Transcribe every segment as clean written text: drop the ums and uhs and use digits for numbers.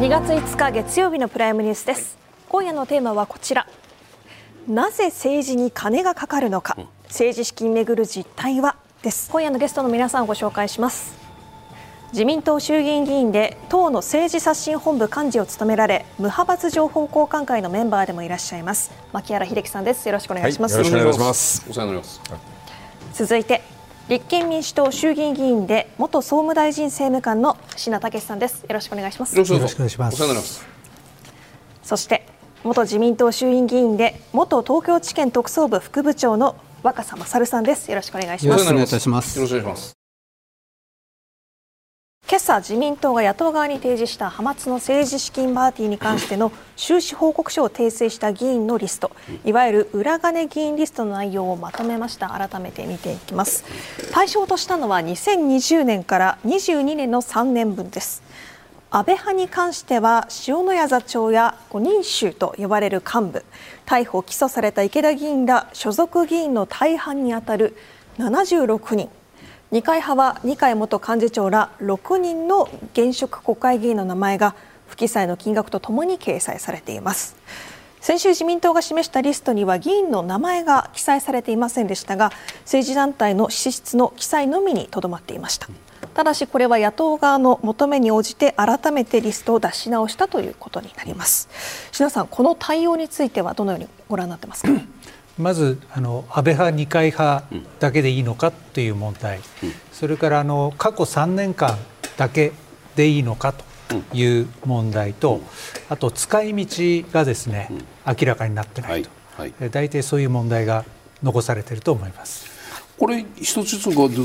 2月5日月曜日のプライムニュースです。今夜のテーマはこちら。なぜ政治に金がかかるのか、政治資金めぐる実態はです。今夜のゲストの皆さんをご紹介します。自民党衆議院議員で党の政治刷新本部幹事を務められ、無派閥情報交換会のメンバーでもいらっしゃいます牧原秀樹さんです。よろしくお願いします。 よろしくお願いします。お世話になります。 続いて立憲民主党衆議院議員で元総務大臣政務官の椎名武さんです。よろしくお願いします。 よろしくお願いします。お世話になります。 そして元自民党衆院議員で元東京地検特捜部副部長の若狭勝さんです。よろしくお願いします。 よろしくお願いいたします。よろしくお願いします。 今朝自民党が野党側に提示した派閥の政治資金パーティーに関しての収支報告書を訂正した議員のリスト、いわゆる裏金議員リストの内容をまとめました。改めて見ていきます。対象としたのは2020年から22年の3年分です。安倍派に関しては塩谷座長や5人衆と呼ばれる幹部、逮捕・起訴された池田議員ら所属議員の大半にあたる76人、二階派は二階元幹事長ら6人の現職国会議員の名前が不記載の金額とともに掲載されています。先週自民党が示したリストには議員の名前が記載されていませんでしたが、政治団体の支出の記載のみにとどまっていました。ただしこれは野党側の求めに応じて改めてリストを出し直したということになります。椎名さん、この対応についてはどのようにご覧になってますか？ まず安倍派、二階派だけでいいのかという問題、それから過去3年間だけでいいのかという問題と、あと使い道がですね、明らかになってないと、大体そういう問題が残されていると思います。 これ一つずつ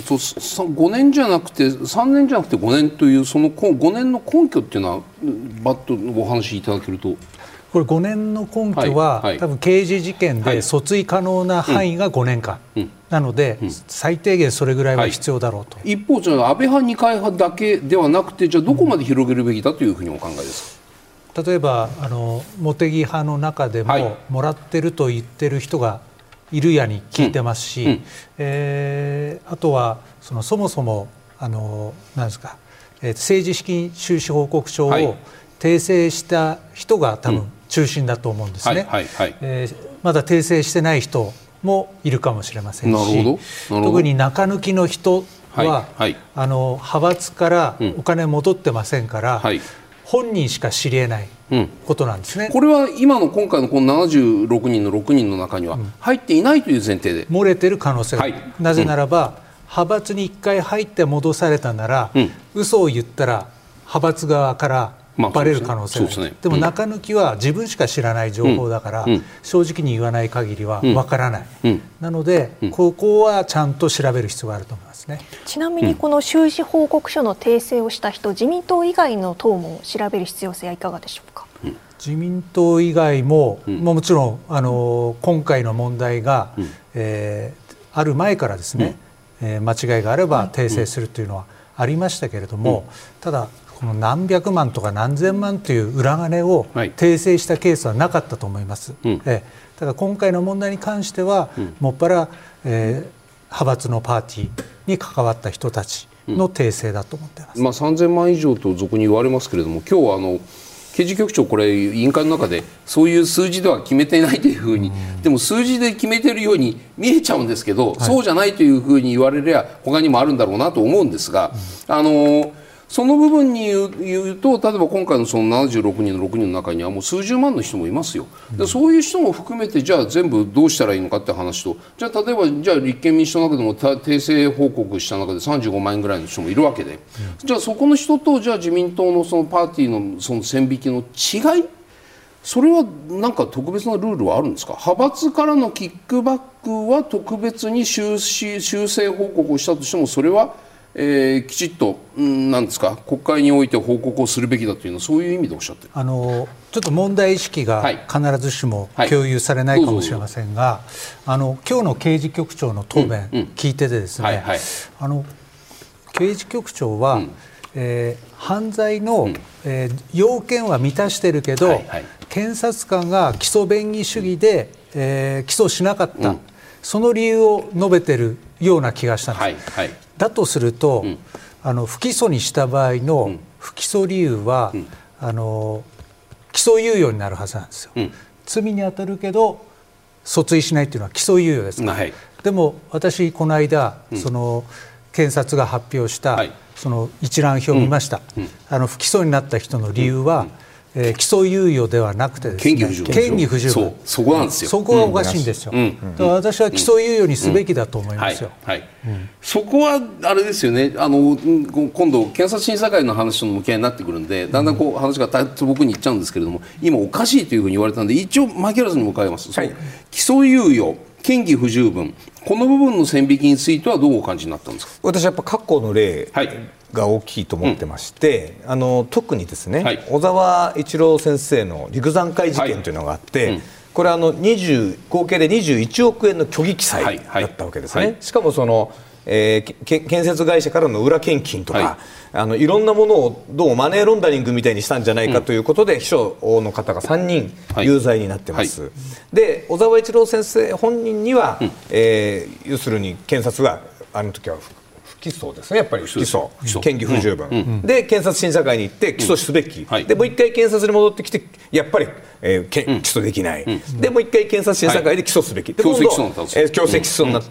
5年じゃなくて3年じゃなくて5年というその5年の根拠っていうのはバッとお話しいただけると。 これ5年の根拠は、多分刑事事件で訴追可能な範囲が5年間、なので、最低限それぐらいは必要だろうと。 一方じゃあ安倍派二階派だけではなくて、じゃあどこまで広げるべきだというふうにお考えですか？例えば茂木派の中でも、もらってると言ってる人がいるやに聞いてますし、あとはそもそもなんですか、政治資金収支報告書を訂正した人が多分中心だと思うんですね。まだ訂正してない人もいるかもしれませんし、特に中抜きの人は、派閥からお金戻ってませんから、本人しか知り得ないことなんですね。 これは今回のこの76人の6人の中には入っていないという前提で、 漏れてる可能性がある。なぜならば、派閥に1回入って戻されたなら、嘘を言ったら派閥側からバレる可能性がある。でも中抜きは自分しか知らない情報だから、正直に言わない限りはわからない。なので、ここはちゃんと調べる必要があると思いますね。 ちなみにこの収支報告書の訂正をした人、自民党以外の党も調べる必要性はいかがでしょうか？ 自民党以外も、もちろん今回の問題が、ある前からですね、間違いがあれば訂正するというのはありましたけれども、ただこの何百万とか何千万という裏金を訂正したケースはなかったと思います。ただ今回の問題に関しては、もっぱら、派閥のパーティーに関わった人たちの訂正だと思っています。 3000万以上と俗に言われますけれども、今日は刑事局長、これ委員会の中でそういう数字では決めていないというふうに、でも数字で決めているように見えちゃうんですけど、そうじゃないというふうに言われれば他にもあるんだろうなと思うんですが、その部分に言うと、例えば今回のその76人の6人の中にはもう数十万の人もいますよ。でそういう人も含めて、じゃあ全部どうしたらいいのかって話と、じゃあ例えばじゃあ立憲民主党の中でも訂正報告した中で35万円ぐらいの人もいるわけで、じゃあそこの人とじゃあ自民党のそのパーティーのその線引きの違い、それはなんか特別なルールはあるんですか？派閥からのキックバックは特別に修正報告をしたとしても、それはきちっとなんですか、国会において報告をするべきだというのは、そういう意味でおっしゃってる。 ちょっと問題意識が必ずしも共有されないかもしれませんが、今日の刑事局長の答弁聞いててですね、刑事局長は、犯罪の、要件は満たしてるけど、検察官が基礎便宜主義で、起訴しなかった、その理由を述べてるような気がしたんです。だとすると、不起訴にした場合の不起訴理由は、 起訴猶予になるはずなんですよ、罪に当たるけど訴追しないっていうのは起訴猶予ですから、でも私この間、その検察が発表した、その一覧表を見ました、不起訴になった人の理由は、起訴猶予ではなくてですね、嫌疑不十分、 そこなんですよ。 そこがおかしいんですよ、だから私は起訴猶予にすべきだと思いますよ。 そこはあれですよね、今度検察審査会の話との向き合いになってくるんで、だんだんこう話が僕にいっちゃうんですけれども、今おかしいというふうに言われたんで、一応牧原さんにも伺います、起訴猶予、嫌疑不十分、この部分の線引きについてはどうお感じになったんですか。 私はやっぱ過去の例が大きいと思ってまして、特にですね、小沢一郎先生の陸山会事件というのがあって、これは合計で21億円の虚偽記載だったわけですね。しかもその建設会社からの裏献金とか、いろんなものをどうもマネーロンダリングみたいにしたんじゃないかということで、秘書の方が3人有罪になってます、で小沢一郎先生本人には、要するに検察があの時は不起訴ですね、やっぱり不起訴、嫌疑不十分、で検察審査会に行って起訴すべき、でもう一回検察に戻ってきてやっぱり起訴できない、でもう一回検察審査会で起訴すべき、で今度強制起訴になって、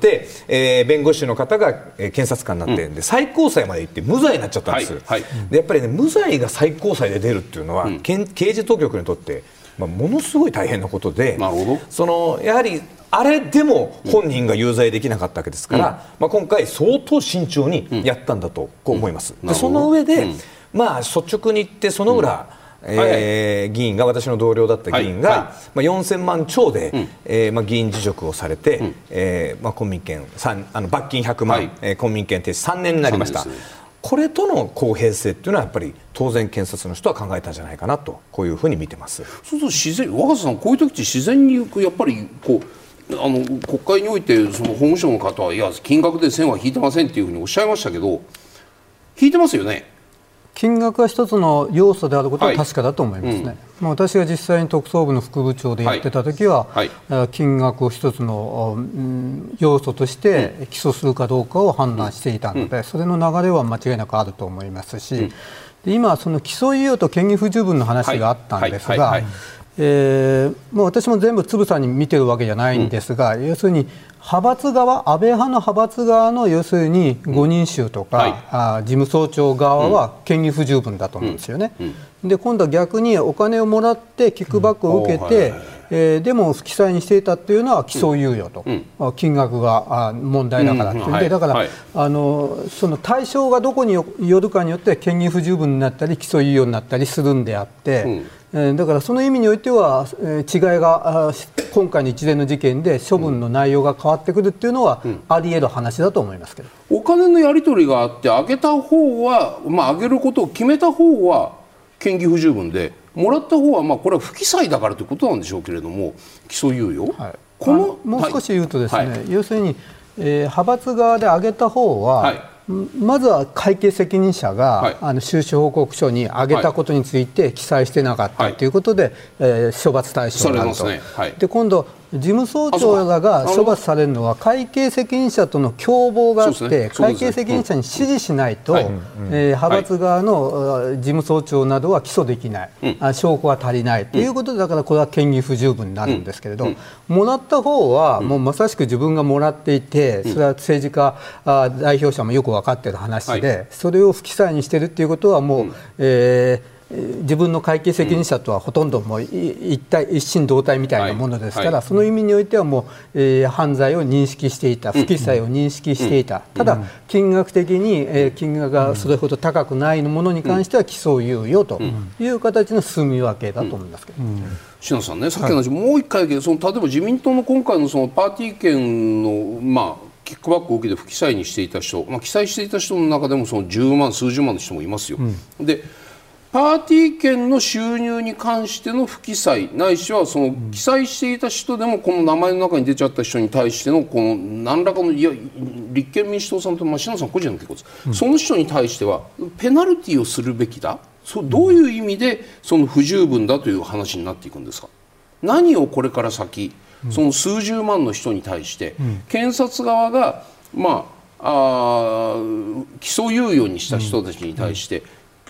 弁護士の方が検察官になって、で最高裁まで行って無罪になっちゃったんです、でやっぱりね、無罪が最高裁で出るっていうのは、刑事当局にとって、ものすごい大変なことで、やはりあれでも本人が有罪できなかったわけですから、今回相当慎重にやったんだと思います、でその上で、率直に言ってその裏、議員が、私の同僚だった議員が、4000万超で、議員辞職をされて、公民権罰金100万、公民権停止3年になりました。これとの公平性というのはやっぱり当然検察の人は考えたんじゃないかなと、こういうふうに見てます。 そうすると自然、若狭さん、こういう時って自然にやっぱりこう国会においてその法務省の方は、いや金額で線は引いてませんっていうふうにおっしゃいましたけど、引いてますよね。 金額は一つの要素であることは確かだと思いますね、私が実際に特捜部の副部長でやってた時は、金額を一つの、要素として起訴するかどうかを判断していたので、それの流れは間違いなくあると思いますし、で今その起訴猶予と嫌疑不十分の話があったんですが、私も全部つぶさに見てるわけじゃないんですが、要するに派閥側、安倍派の派閥側の要するに5人衆とか、事務総長側は嫌疑不十分だと思うんですよね。で今度は逆にお金をもらってキックバックを受けて、でも不記載にしていたというのは起訴猶予と、金額が問題だからというんで、だからその対象がどこによるかによって嫌疑不十分になったり起訴猶予になったりするんであって、だからその意味においては違いが今回の一連の事件で処分の内容が変わってくるというのはあり得る話だと思いますけど、 お金のやり取りがあって上げた方は、上げることを決めた方は嫌疑不十分で、もらった方はこれは不記載だからということなんでしょうけれども、起訴猶予、 もう少し言うとですね、要するに、派閥側で上げた方は、まずは会計責任者が、収支報告書に上げたことについて記載してなかったということで、処罰対象になると。で今度事務総長らが処罰されるのは会計責任者との共謀があって、会計責任者に指示しないと、派閥側の事務総長などは起訴できない、証拠が足りないということで、だからこれは嫌疑不十分になるんですけれど、もらった方はもうまさしく自分がもらっていて、それは政治家代表者もよく分かっている話で、それを不記載にしているということはもう、自分の会計責任者とはほとんどもう一心同体みたいなものですから、その意味においてはもう、犯罪を認識していた、不記載を認識していた、ただ金額的に、金額がそれほど高くないものに関しては起訴猶予という形の住み分けだと思いますけど、 篠田さんね、さっきの話、もう一回例えば自民党の今回のそのパーティー券のキックバックを受けて不記載にしていた人、記載していた人の中でもその10万数十万の人もいますよ。でパーティー券の収入に関しての不記載ないしはその記載していた人でもこの名前の中に出ちゃった人に対してのこの何らかの立憲民主党さんと篠田さん個人の結構です、その人に対してはペナルティをするべきだ、どういう意味でその不十分だという話になっていくんですか。何をこれから先その数十万の人に対して検察側が起訴猶予にした人たちに対して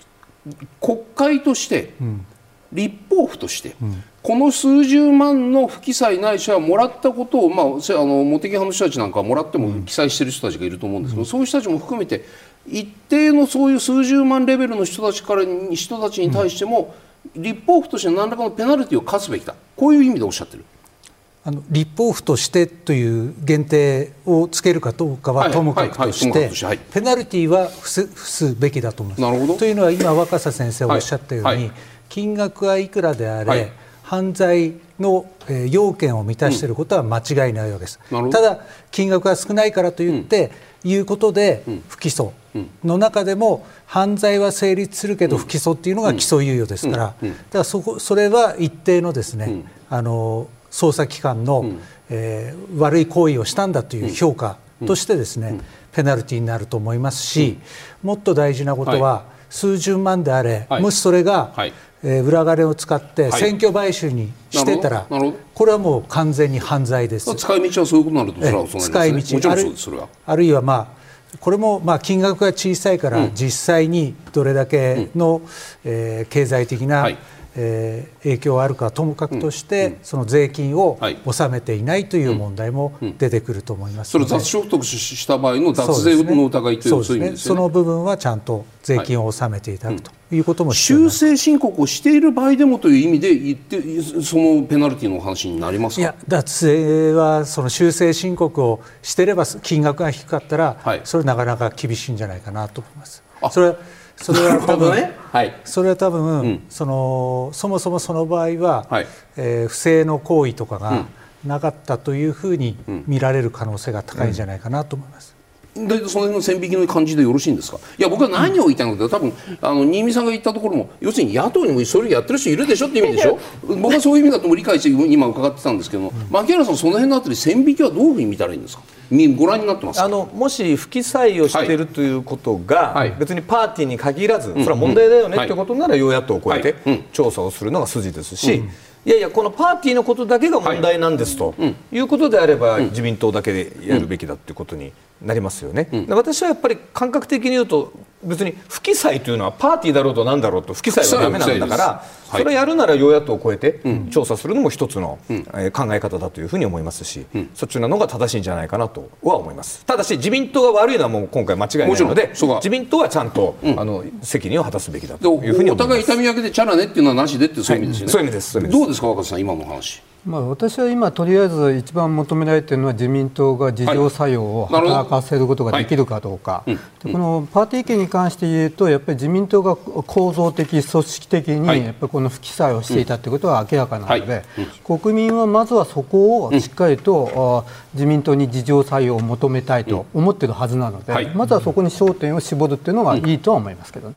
国会として、立法府として、この数十万の不記載ないしはもらったことを、茂木派の人たちなんかはもらっても記載している人たちがいると思うんですけど、そういう人たちも含めて一定のそういう数十万レベルの人たちに対しても、立法府として何らかのペナルティを課すべきだ、こういう意味でおっしゃってる。 立法府としてという限定をつけるかどうかはともかくとして、ペナルティは付すべきだと思います。というのは今若狭先生がおっしゃったように、金額はいくらであれ、犯罪の要件を満たしていることは間違いないわけです。ただ金額が少ないからといって、いうことで不起訴の中でも犯罪は成立するけど不起訴っていうのが起訴猶予ですから、だからそれは一定のですね、捜査機関の、悪い行為をしたんだという評価としてですね、ペナルティになると思いますし、もっと大事なことは、数十万であれ、もしそれが、裏金を使って選挙買収にしてたら、これはもう完全に犯罪です。 使い道はそういうことになると、それはそうなりますね。 使い道、 もちろんそうです。それはあるいはこれも金額が小さいから実際にどれだけの経済的な影響があるかともかくとして、その税金を納めていないという問題も出てくると思いますので、 それ雑所得した場合の脱税の疑いという、そういう意味ですよね。 その部分はちゃんと税金を納めていただくということも必要です。 修正申告をしている場合でもという意味で言って、そのペナルティの話になりますか。 いや、脱税はその修正申告をしていれば金額が低かったら、それはなかなか厳しいんじゃないかなと思います。それは多分、そもそもその場合は、不正の行為とかがなかったというふうに見られる可能性が高いんじゃないかなと思います。 その辺の線引きの感じでよろしいんですか。いや、僕は何を言いたいのかというと、多分新見さんが言ったところも、要するに野党にもそれやってる人いるでしょっていう意味でしょ。僕はそういう意味だとも理解して今伺ってたんですけども、牧原さん、その辺のあたり線引きはどういうふうに見たらいいんですか。ご覧になってますか。 もし不記載をしているということが、別にパーティーに限らず、それは問題だよねということなら与野党を超えて調査をするのが筋ですし、いやいや、このパーティーのことだけが問題なんですということであれば、自民党だけでやるべきだということになりますよね。私はやっぱり感覚的に言うと、別に不記載というのはパーティーだろうとなんだろうと不記載はダメなんだから、それをやるなら与野党を超えて調査するのも一つの考え方だというふうに思いますし、そっちなのが正しいんじゃないかなとは思います。ただし自民党が悪いのはもう今回間違いないので、自民党はちゃんと責任を果たすべきだというふうに思います。お互い痛み分けでチャラねっていうのはなしでってそういう意味ですよね。 そういう意味です。 どうですか、若狭さん、今の話。 私は今とりあえず一番求められているのは自民党が自浄作用を働かせることができるかどうか、でこのパーティー券に関して言うとやっぱり自民党が構造的組織的にやっぱりこの不記載をしていたということは明らかなので、国民はまずはそこをしっかりと自民党に自浄作用を求めたいと思っているはずなので、まずはそこに焦点を絞るというのがいいとは思いますけどね。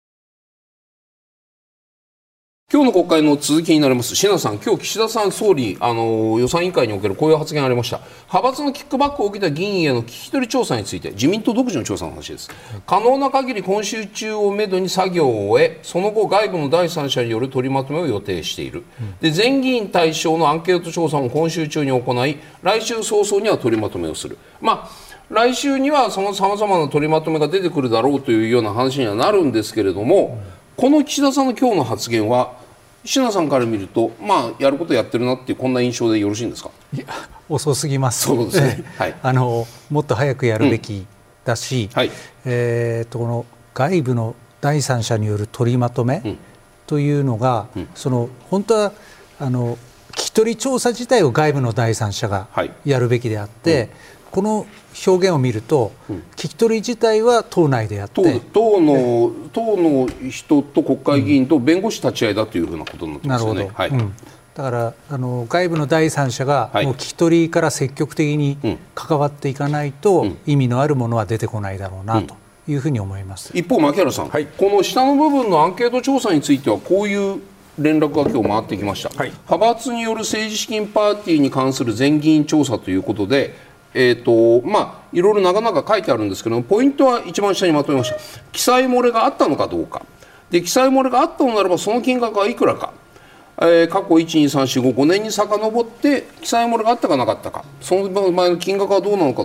今日の国会の続きになります。信田さん、今日岸田さん総理予算委員会におけるこういう発言がありました。派閥のキックバックを受けた議員への聞き取り調査について、自民党独自の調査の話です。可能な限り今週中をめどに作業を終え、その後外部の第三者による取りまとめを予定している。で、全議員対象のアンケート調査も今週中に行い、来週早々には取りまとめをする。来週にはそのさまざまな取りまとめが出てくるだろうというような話にはなるんですけれども、この岸田さんの今日の発言は信田さんから見ると、やることやってるなっていうこんな印象でよろしいんですか。 いや、遅すぎます。 そうですね。 もっと早くやるべきだし、この外部の第三者による取りまとめというのが、本当は聞き取り調査自体を外部の第三者がやるべきであって、この表現を見ると、聞き取り自体は党内でやって党の人と国会議員と弁護士立ち会いだというふうなことになってますよね。 だから外部の第三者がもう聞き取りから積極的に関わっていかないと、意味のあるものは出てこないだろうなというふうに思います。 一方、牧原さん、この下の部分のアンケート調査についてはこういう連絡が今日回ってきました。派閥による政治資金パーティーに関する全議員調査ということで、いろいろなかなか書いてあるんですけども、ポイントは一番下にまとめました。記載漏れがあったのかどうかで、記載漏れがあったのならばその金額はいくらか、過去1、2、3、4、5年に遡って記載漏れがあったかなかったか、その前の金額はどうなのかと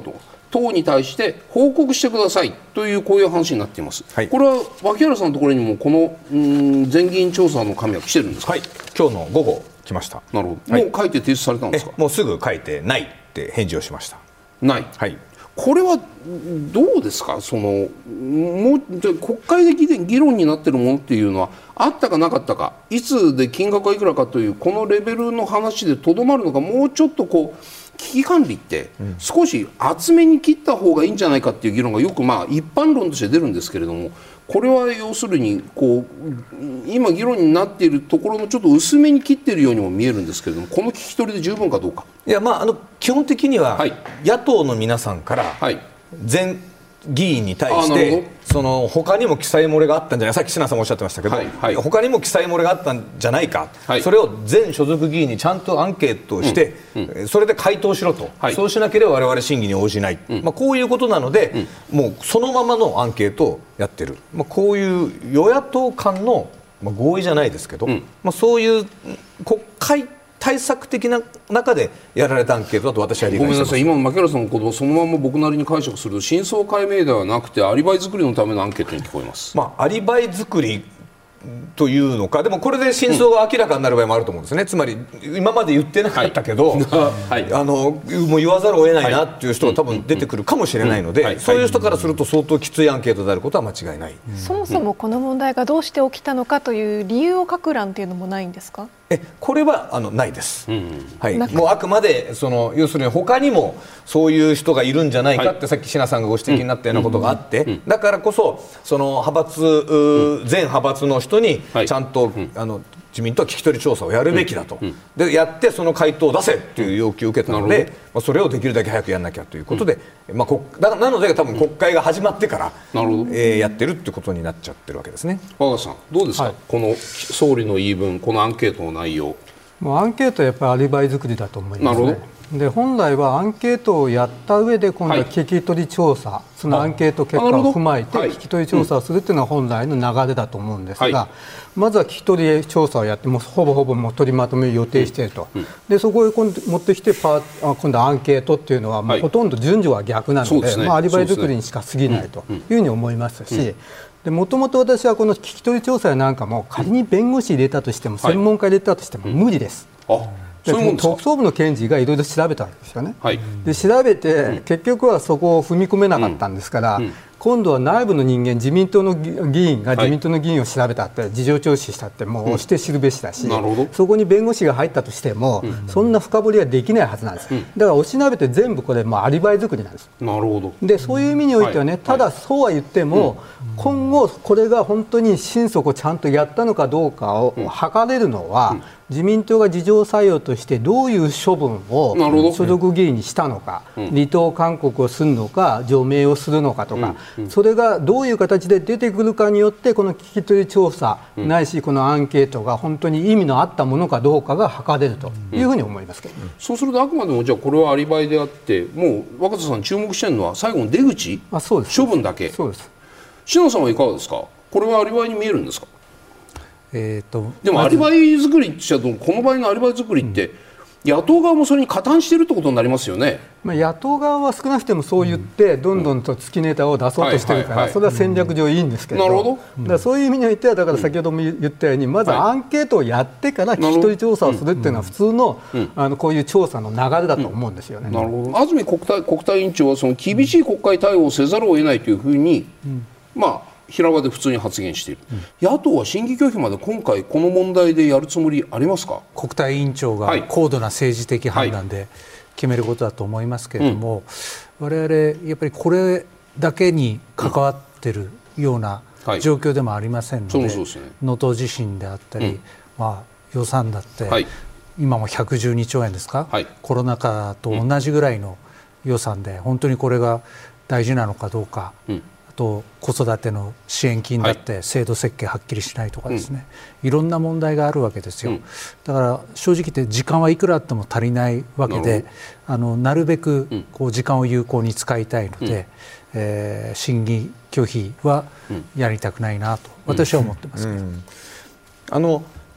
党に対して報告してくださいというこういう話になっています、はい、これは牧原さんのところにもこの全議員調査の紙は来てるんですか？ はい、今日の午後来ました。 なるほど、はい、もう書いて提出されたんですか？ もうすぐ書いてないって返事をしました。 ない、はい、これはどうですか？もう国会で議論になっているものっていうのはあったかなかったか、いつで金額はいくらかというこのレベルの話でとどまるのか、もうちょっとこう危機管理って少し厚めに切った方がいいんじゃないかっていう議論がよく一般論として出るんですけれども、これは要するにこう今議論になっているところのちょっと薄めに切っているようにも見えるんですけれども、この聞き取りで十分かどうか。 いや、基本的には野党の皆さんから全議員に対して他にも記載漏れがあったんじゃない、さっき品さんもおっしゃってましたけど、他にも記載漏れがあったんじゃないか、それを全所属議員にちゃんとアンケートをして、それで回答しろと、そうしなければ我々審議に応じない、こういうことなので、もうそのままのアンケートをやってる、こういう与野党間の合意じゃないですけど、そういう国会対策的な中でやられたアンケートだと私は理解しています。 ごめんなさい、今の牧原さんの言葉をそのまま僕なりに解釈すると、真相解明ではなくてアリバイ作りのためのアンケートに聞こえます。 アリバイ作りというのか、でもこれで真相が明らかになる場合もあると思うんですね。つまり今まで言ってなかったけど、もう言わざるを得ないなっていう人が多分出てくるかもしれないので、そういう人からすると相当きついアンケートであることは間違いない。 そもそもこの問題がどうして起きたのかという理由を書く欄っていうのもないんですか？ これはないです、もうあくまで要するに他にもそういう人がいるんじゃないかって、さっき品さんがご指摘になったようなことがあって、だからこそ派閥全派閥の人にちゃんと、自民党は聞き取り調査をやるべきだと、でやってその回答を出せという要求を受けたので、それをできるだけ早くやらなきゃということで、なので多分国会が始まってからやってるってことになっちゃってるわけですね。 若狭さんどうですか、この総理の言い分、このアンケートの内容。 もうアンケートはやっぱりアリバイ作りだと思いますね。で本来はアンケートをやった上で今度は聞き取り調査、そのアンケート結果を踏まえて聞き取り調査をするというのが本来の流れだと思うんですが、まずは聞き取り調査をやってほぼもう取りまとめを予定していると、でそこへ今度持ってきて今度はアンケートっていうのはもうほとんど順序は逆なので、アリバイ作りにしか過ぎないというふうに思いますし、もともと私はこの聞き取り調査なんかも仮に弁護士入れたとしても、専門家入れたとしても無理です。特捜部の検事がいろいろ調べたわけですよね、で調べて、結局はそこを踏み込めなかったんですから、今度は内部の人間、自民党の議員が自民党の議員を調べたって、事情聴取したってもう押して知るべしだし、そこに弁護士が入ったとしても、そんな深掘りはできないはずなんです。だから押しなべて全部これアリバイ作りなんです。 なるほど。 でそういう意味においてはね、ただそうは言っても、今後これが本当に心底ちゃんとやったのかどうかを測れるのは、自民党が自浄作用としてどういう処分を所属議員にしたのか、離党勧告をするのか、除名をするのかとか、それがどういう形で出てくるかによって、この聞き取り調査ないしこのアンケートが本当に意味のあったものかどうかが測れるというふうに思いますけど、 そうするとあくまでもじゃあこれはアリバイであって、もう若狭さん注目してるのは最後の出口、 そうです、 処分だけ。 そうです。 篠田さんはいかがですか？これはアリバイに見えるんですか？でもアリバイ作りって言っちゃうと、この場合のアリバイ作りって、野党側もそれに加担しているってことになりますよね。 野党側は少なくともそう言ってどんどんと月ネタを出そうとしてるから、それは戦略上いいんですけど、だからそういう意味においては、だから先ほども言ったように、まずアンケートをやってから聞き取り調査をするっていうのは普通のこういう調査の流れだと思うんですよね。 なるほど。安住国対委員長はその厳しい国会対応をせざるを得ないというふうに、平場で普通に発言している、野党は審議拒否まで今回この問題でやるつもりありますか？ 国対委員長が高度な政治的判断で決めることだと思いますけれども、我々やっぱりこれだけに関わっているような状況でもありませんので、能登地震であったり、予算だって今も112兆円ですか、コロナ禍と同じぐらいの予算で本当にこれが大事なのかどうか、子育ての支援金だって制度設計はっきりしないとかですね、いろんな問題があるわけですよ。だから正直言って時間はいくらあっても足りないわけで、なるべく時間を有効に使いたいので、審議拒否はやりたくないなと私は思ってますけど、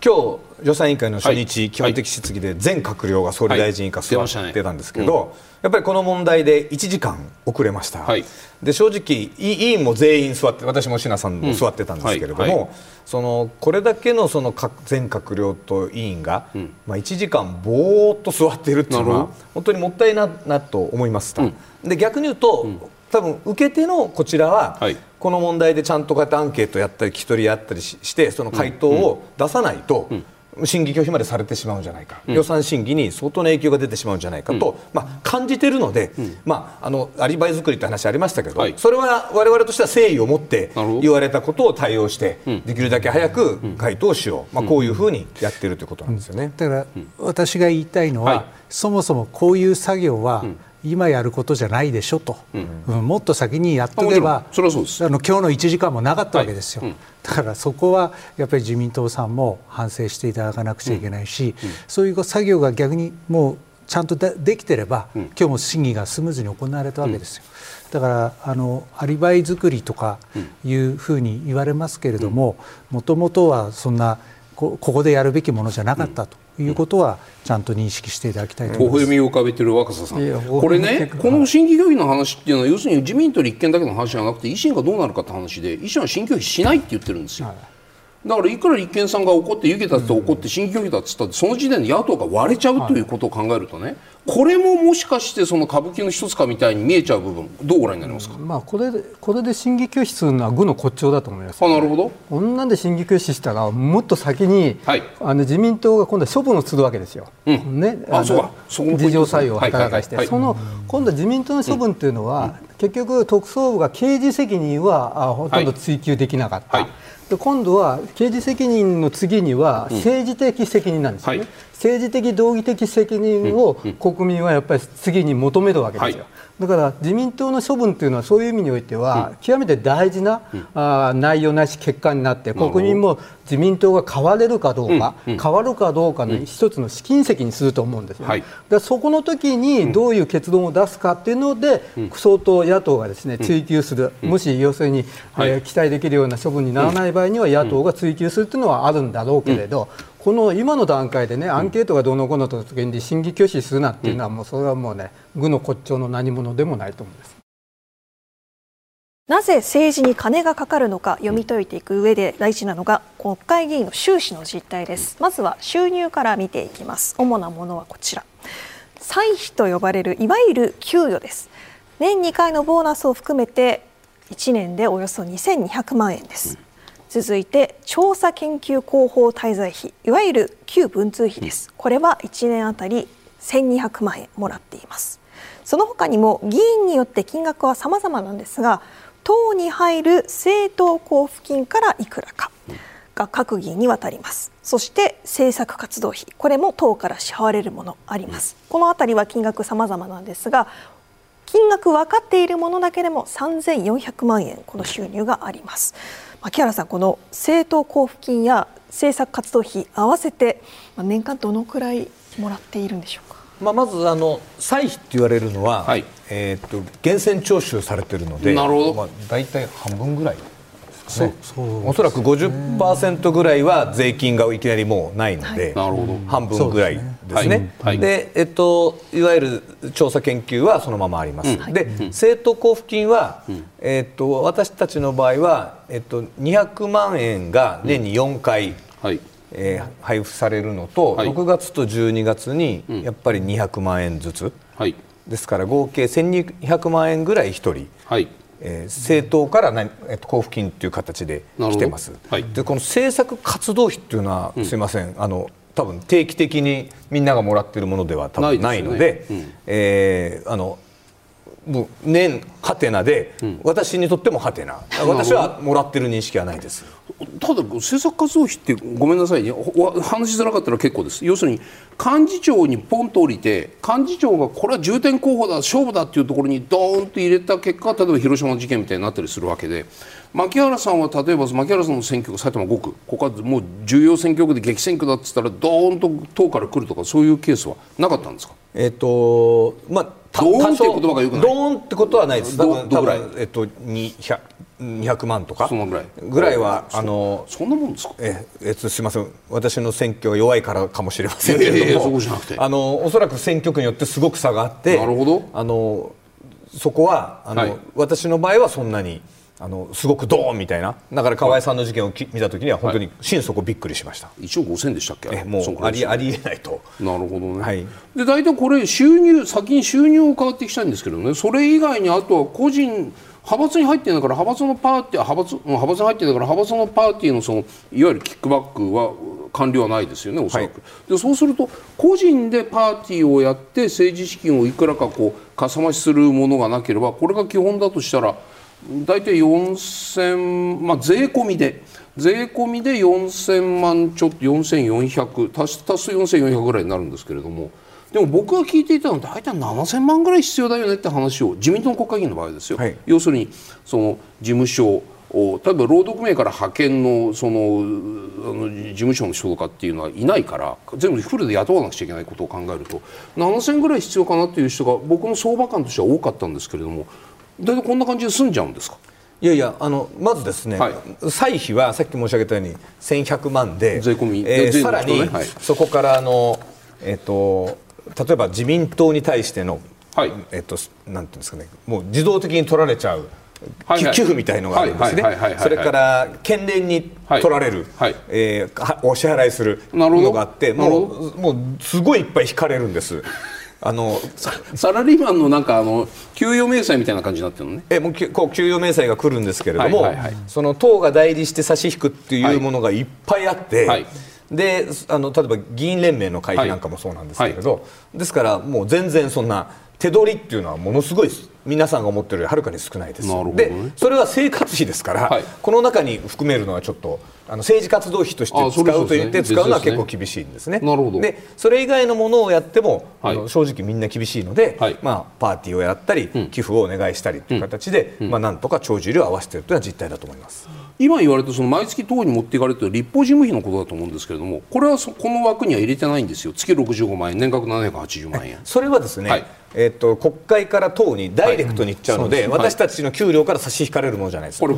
今日予算委員会の初日、基本的質疑で全閣僚が総理大臣以下座ってたんですけど、やっぱりこの問題で1時間遅れました、で正直委員も全員座って、私も品さんも座ってたんですけれども、これだけの全閣僚と委員が、1時間ぼーっと座っているっていうのは本当にもったいないなと思いました、で逆に言うと、多分受け手のこちらは、この問題でちゃんとこうやってアンケートやったり聞き取りやったりしてその回答を出さないと、審議拒否までされてしまうんじゃないか、予算審議に相当な影響が出てしまうんじゃないかと、感じているので、アリバイ作りって話ありましたけど、それは我々としては誠意を持って言われたことを対応して、できるだけ早く回答しよう、こういうふうにやっているということなんですよね。 だから私が言いたいのは、そもそもこういう作業は、今やることじゃないでしょと、もっと先にやっとけば今日の1時間もなかったわけですよ、だからそこはやっぱり自民党さんも反省していただかなくちゃいけないし、そういう作業が逆にもうちゃんとできてれば、今日も審議がスムーズに行われたわけですよ。だからアリバイ作りとかいうふうに言われますけれども、もともとはそんなここでやるべきものじゃなかったということはちゃんと認識していただきたいと思います。 微笑みを浮かべている若狭さん、これね、この審議拒否の話っていうのは要するに自民と立憲だけの話じゃなくて維新がどうなるかって話で、維新は審議拒否しないって言ってるんですよ。だからいくら立憲さんが怒って湯気だって怒って審議拒否だって言ったってその時点で野党が割れちゃうということを考えるとね、これももしかしてその歌舞伎の一つかみたいに見えちゃう部分、どうご覧になりますか。 これで審議拒否するのは愚の骨頂だと思います、ね。 なるほど。 こんなんで審議拒否したらもっと先に、自民党が今度は処分をするわけですよ。自浄作用を働かして、今度は自民党の処分というのは、結局特捜部が刑事責任はほとんど追及できなかった。で今度は刑事責任の次には政治的責任なんですよね、政治的道義的責任を国民はやっぱり次に求めるわけですよ。だから自民党の処分というのはそういう意味においては極めて大事な内容ないし結果になって、国民も自民党が変われるかどうか、変わるかどうかの一つの試金石にすると思うんですよね。だからそこの時にどういう結論を出すかというので、相当野党がですね追及する、もし要するに期待できるような処分にならない場合には野党が追及するというのはあるんだろうけれど、この今の段階でね、アンケートがどうのこうのと時に審議拒否するなっていうのは、もうそれはもうね、愚の骨頂の何者でもないと思うんです。 なぜ政治に金がかかるのか読み解いていく上で大事なのが国会議員の収支の実態です。まずは収入から見ていきます。主なものはこちら、歳費と呼ばれるいわゆる給与です。年2回のボーナスを含めて1年でおよそ2200万円です。続いて調査研究広報滞在費、いわゆる旧文通費です。これは1年あたり1200万円もらっています。その他にも議員によって金額は様々なんですが、党に入る政党交付金からいくらかが各議員に渡ります。そして政策活動費、これも党から支払われるものあります。このあたりは金額様々なんですが、金額分かっているものだけでも3400万円この収入があります。牧原さん、この政党交付金や政策活動費合わせて年間どのくらいもらっているんでしょうか。 まず歳費って言われるのは、源泉徴収されているので、大体半分ぐらいですかね。おそらく 50% ぐらいは税金がいきなりもうないので、半分ぐらいですね。で、いわゆる調査研究はそのままあります。で、政党交付金は、私たちの場合は、200万円が年に4回、配布されるのと、6月と12月にやっぱり200万円ずつ、ですから合計1200万円ぐらい1人、政党から交付金という形で来てます。でこの政策活動費というのは、すいません、多分定期的にみんながもらっているものでは多分ないので、もう年ハテナで、私にとってもハテナ、私はもらってる認識はないです。 ただ政策活動費ってごめんなさいね、話しづらかったら結構です。要するに幹事長にポンと降りて、幹事長がこれは重点候補だ勝負だっていうところにドーンと入れた結果、例えば広島の事件みたいになったりするわけで、牧原さんは例えば牧原さんの選挙区埼玉5区、ここはもう重要選挙区で激戦区だって言ったらドーンと党から来るとか、そういうケースはなかったんですか。 ドーンって言葉がよくない。 ドーンってことはないです。 どぐらい 200万とかそのぐらいはそんなもんですか。 すみません、私の選挙が弱いからかもしれませんけれども、 そこじゃなくておそらく選挙区によってすごく差があって、 なるほど。 そこは私の場合はそんなにすごくドーンみたいな。だから河合さんの事件を見たときには本当に心底びっくりしました。 1億5000でしたっけ。 もうありえないと。 なるほどね、 はい、 で大体これ先に収入を伺っていきたいんですけどね、それ以外にあとは個人派閥に入ってないから派閥に入ってないから派閥のパーティーのいわゆるキックバックは官僚はないですよね、おそらく。でそうすると個人でパーティーをやって政治資金をいくらかかさ増しするものがなければ、これが基本だとしたら大体4000、税込みで4000万ちょっと4400足すと4400ぐらいになるんですけれども、でも僕が聞いていたのは大体7000万ぐらい必要だよねって話を、自民党の国会議員の場合ですよ、はい、要するに事務所を例えば労働組合から派遣の事務所の人とかっていうのはいないから、全部フルで雇わなくちゃいけないことを考えると7000ぐらい必要かなっていう人が僕の相場感としては多かったんですけれども、大体こんな感じで済んじゃうんですか。 いやいや、まずですね、はい、歳費はさっき申し上げたように1100万で、 税込み、 さらに、はい、そこから例えば自民党に対しての、はい、なんていうんですかね、もう自動的に取られちゃう寄付みたいのがあるんですね。それから県連に取られる、お支払いするものがあって、もうすごいいっぱい引かれるんです。 サラリーマンのなんか給与明細みたいな感じになってるのね。 もう給与明細が来るんですけれども、その党が代理して差し引くっていうものがいっぱいあって、で例えば議員連盟の会費なんかもそうなんですけれど、ですからもう全然そんな手取りっていうのはものすごい皆さんが思ってるよりはるかに少ないです。でそれは生活費ですから、この中に含めるのはちょっと政治活動費として使うと言って使うのは結構厳しいんですね。でそれ以外のものをやっても、正直みんな厳しいので、パーティーをやったり、寄付をお願いしたりという形で、なんとか帳尻を合わせているというのは実態だと思います。 今言われた毎月党に持っていかれている立法事務費のことだと思うんですけれども、これはこの枠には入れてないんですよ。月65万円、年額780万円。 それはですね、国会から党にダイレクトにいっちゃうので、私たちの給料から差し引かれるものじゃないですか。これ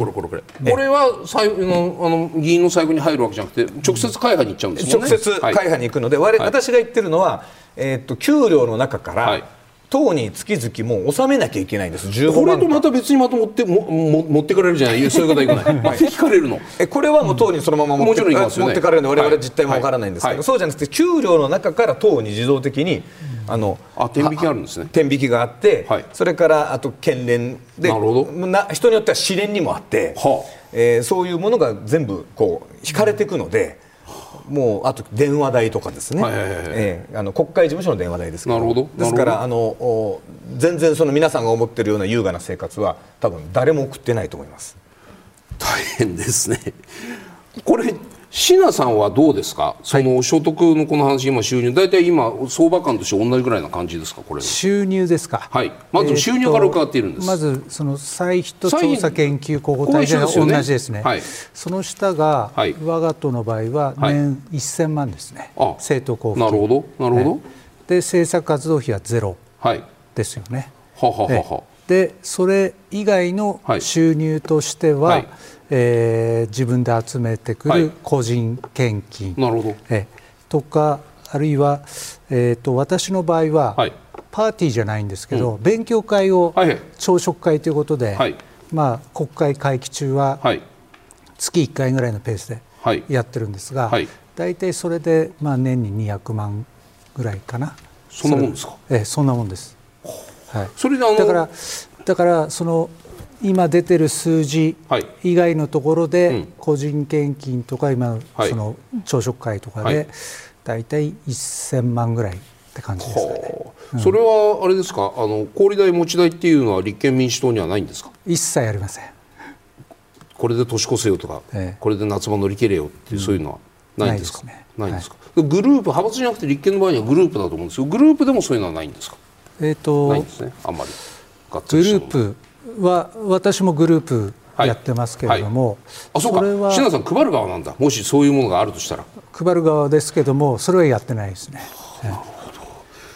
は議員の財布に入るわけじゃなくて直接会派に行っちゃうんですもんね。 直接会派に行くので、私が言ってるのは、給料の中から、党に月々もう納めなきゃいけないんです。15万。 これとまた別に持ってかれるじゃない、そういう方いくない、聞かれるの。 これはもう党にそのまま持ってかれるので、我々実態もわからないんですけど、そうじゃなくて給料の中から党に自動的に天引きがあるんですね。 天引きがあって、それからあと県連で、人によっては市連にもあって、そういうものが全部引かれていくので。もうあと電話代とかですね、国会事務所の電話代ですけど、ですから全然皆さんが思っているような優雅な生活は多分誰も送ってないと思います。 大変ですね。これ椎名さんはどうですか、所得のこの話、今収入大体今相場感として同じぐらいな感じですか。これ収入ですか。 はい、まず収入から伺っているんです。 まず歳費と調査研究広報大臣が同じですね。その下が、我が党の場合は年1000万ですね、政党交付金。 なるほどなるほど。 で政策活動費はゼロですよね。でそれ以外の収入としては、自分で集めてくる個人献金、とか、あるいは、私の場合は、パーティーじゃないんですけど、勉強会を朝食会ということで、国会会期中は月1回ぐらいのペースでやってるんですが、大体それで、年に200万ぐらいかな。 そんなもんですか。 そんなもんです。 それでだから今出てる数字以外のところで、個人献金とか今の朝食会とかでだいたい1000万ぐらいって感じですかね。 それはあれですか、小売代持ち代っていうのは立憲民主党にはないんですか。 一切ありません。 これで年越せよとか、これで夏場乗り切れよっていう、そういうのはないんですか。ないんですか。グループ、派閥じゃなくて立憲の場合にはグループだと思うんですよ。グループでもそういうのはないんですか。ないんですね、あんまり。 グループは私もグループやってますけれども、 そうか、椎名さん配る側なんだ。もしそういうものがあるとしたら配る側ですけども、それはやってないですね。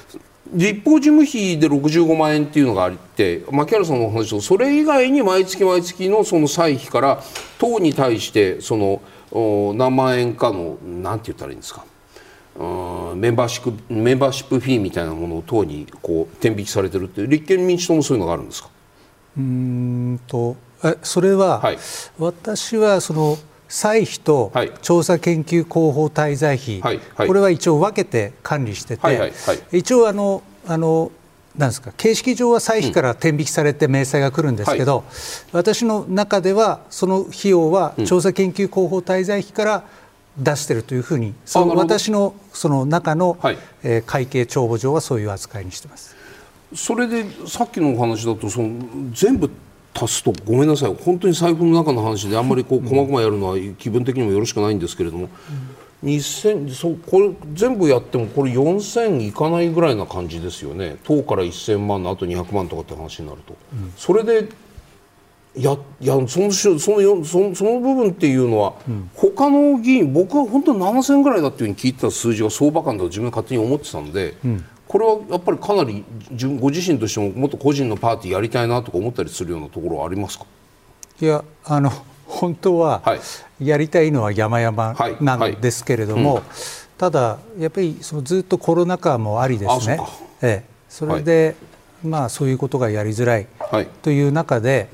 立法事務費で65万円っていうのがあって、牧原さんのお話とそれ以外に毎月毎月のその歳費から党に対してその何万円かのなんて言ったらいいんですか、メンバーシップフィーみたいなものを党にこう天引きされてるって、立憲民主党もそういうのがあるんですか？ それは、はい、私はその歳費と調査研究広報滞在費、はいはい、これは一応分けて管理してて、はいはいはい、一応なんですか、形式上は歳費から天引きされて明細が来るんですけど、はい、私の中ではその費用は調査研究広報滞在費から出しているというふうに、私のその中の、はい、会計帳簿上はそういう扱いにしてます。 それでさっきのお話だと全部足すとごめんなさい、本当に財布の中の話であんまりこう細々やるのは気分的にもよろしくないんですけれども、これ全部やってもこれ4000いかないぐらいな感じですよね。党から1000万のあと200万とかって話になると、それでその部分っていうのは、他の議員、僕は本当に7000ぐらいだっていうふうに聞いてた数字が相場感だと自分が勝手に思ってたので、これはやっぱりかなりご自身としてももっと個人のパーティーやりたいなとか思ったりするようなところはありますか？ いや、本当はやりたいのは山々なんですけれども、ただやっぱりずっとコロナ禍もありですね、それで、まあ、そういうことがやりづらいという中で、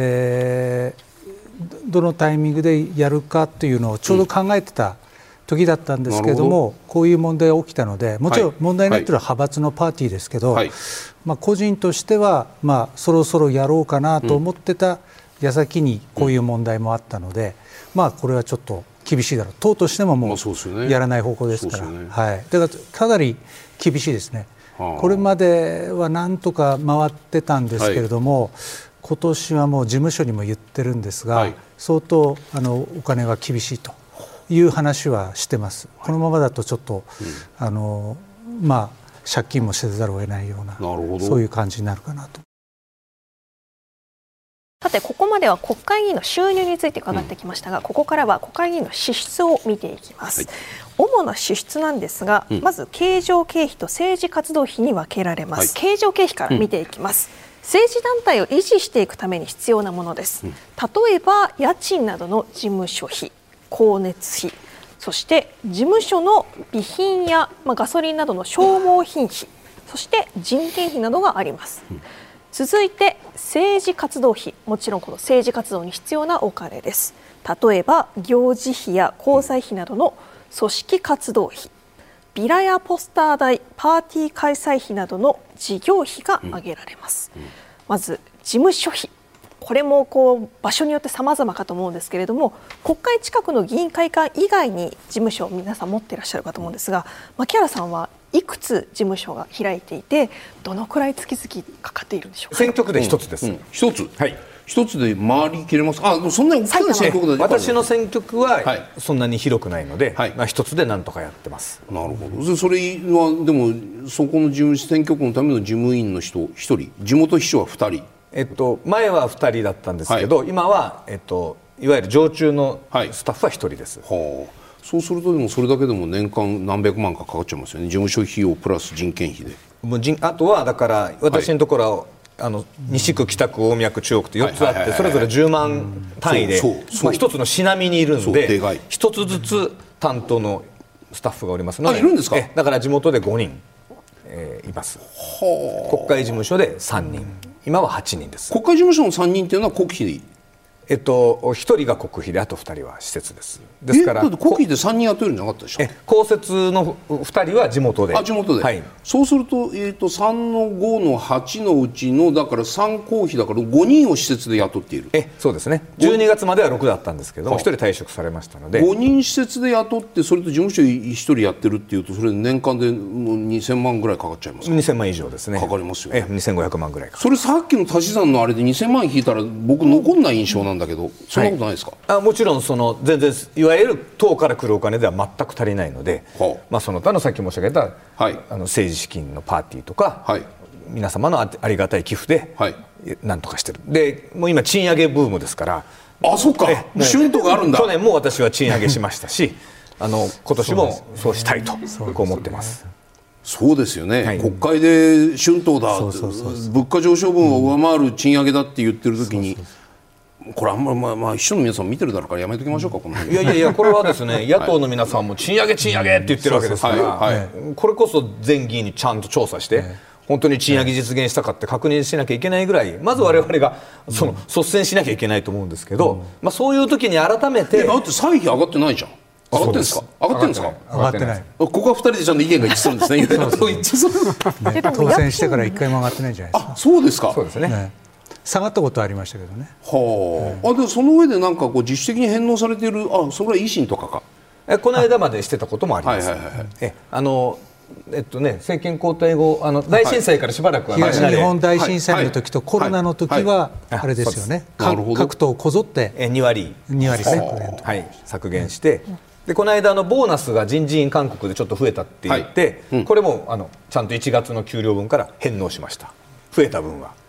どのタイミングでやるかというのをちょうど考えてた時だったんですけれども、こういう問題が起きたので、もちろん問題になっているのは派閥のパーティーですけど、個人としては、そろそろやろうかなと思ってた矢先にこういう問題もあったので、これはちょっと厳しいだろう、党としてももうやらない方向ですから、だからかなり厳しいですね。これまではなんとか回ってたんですけれども、今年はもう事務所にも言ってるんですが、相当お金が厳しいという話はしてます。このままだとちょっと、借金もせざるを得ないような、そういう感じになるかなと。 さて、ここまでは国会議員の収入について伺ってきましたが、ここからは国会議員の支出を見ていきます。主な支出なんですが、まず経常経費と政治活動費に分けられます。経常経費から見ていきます。政治団体を維持していくために必要なものです。例えば家賃などの事務所費、光熱費、そして事務所の備品や、ガソリンなどの消耗品費、そして人件費などがあります。続いて政治活動費、もちろんこの政治活動に必要なお金です。例えば行事費や交際費などの組織活動費、ビラやポスター代、パーティー開催費などの事業費が挙げられます。まず事務所費、これも場所によって様々かと思うんですけれども、国会近くの議員会館以外に事務所を皆さん持っていらっしゃるかと思うんですが、牧原さんはいくつ事務所が開いていて、どのくらい月々かかっているんでしょうか？ 選挙区で一つです。 一つ、一つで回りきれますか？そんなに大きな選挙区で私の選挙区はそんなに広くないので、一つでなんとかやってます。 なるほど。それはでもそこの選挙区のための事務員の人1人、地元秘書は2人。 前は2人だったんですけど、今はいわゆる常駐のスタッフは1人です。 そうするとでもそれだけでも年間何百万かかかっちゃいますよね。事務所費用プラス人件費で。 あとはだから私のところは西区、北区、大宮区、中央区って4つあって、それぞれ10万単位で一つの市並みにいるんで、一つずつ担当のスタッフがおりますので。 いるんですか？ だから地元で5人います。国会事務所で3人、今は8人です。 国会事務所の3人っていうのは国費でいい 1人が国費で、あと2人は施設です。ですから国費で3人雇えるんじゃなかったでしょ？ 公設の2人は地元で。 地元で、そうすると、3の5の8のうちのだから3公費だから5人を施設で雇っている。 そうですね。12月までは6だったんですけども、1人退職されましたので、 5人施設で雇って、それと事務所1人やってるっていうと、それ年間で2000万ぐらいかかっちゃいますか ？2000万以上ですね。 かかりますよね。 2500万ぐらいかかる。 それさっきの足し算のあれで2000万引いたら僕残んない印象なんだけど、そんなことないですか？ もちろん全然いわゆる党から来るお金では全く足りないので、その他のさっき申し上げた、政治資金のパーティーとか、皆様のありがたい寄付でなんとかしてる。でもう今賃上げブームですから。 そうか、春闘があるんだ。 去年も私は賃上げしましたし今年もそうしたいとこう思ってます。 そうですよね、はい、国会で春闘だ、物価上昇分を上回る賃上げだって言ってる時に、これあんまり秘書の皆さん見てるだろうからやめときましょうか、この辺。 いやこれはですね野党の皆さんも賃上げって言ってるわけですから、これこそ全議員にちゃんと調査して、本当に賃上げ実現したかって確認しなきゃいけないぐらい、まず我々が率先しなきゃいけないと思うんですけど、そういう時に改めて。 だって歳費上がってないじゃん。上がってるんですか。上がってるんですか。 上がってない。 ここは2人でちゃんと意見が一致するんですね。 当選してから1回も上がってないじゃないですか。 あ、そうですか。 そうですね。 下がったことはありましたけどね。 はあ。でもその上でなんかこう自主的に返納されている、それは維新とかか。 この間までしてたこともあります。政権交代後大震災からしばらくは東日本大震災の時とコロナの時はあれですよね。各党こぞって 2割削減して。でこの間ボーナスが人事院勧告でちょっと増えたって言って、これもちゃんと1月の給料分から返納しました。増えた分は。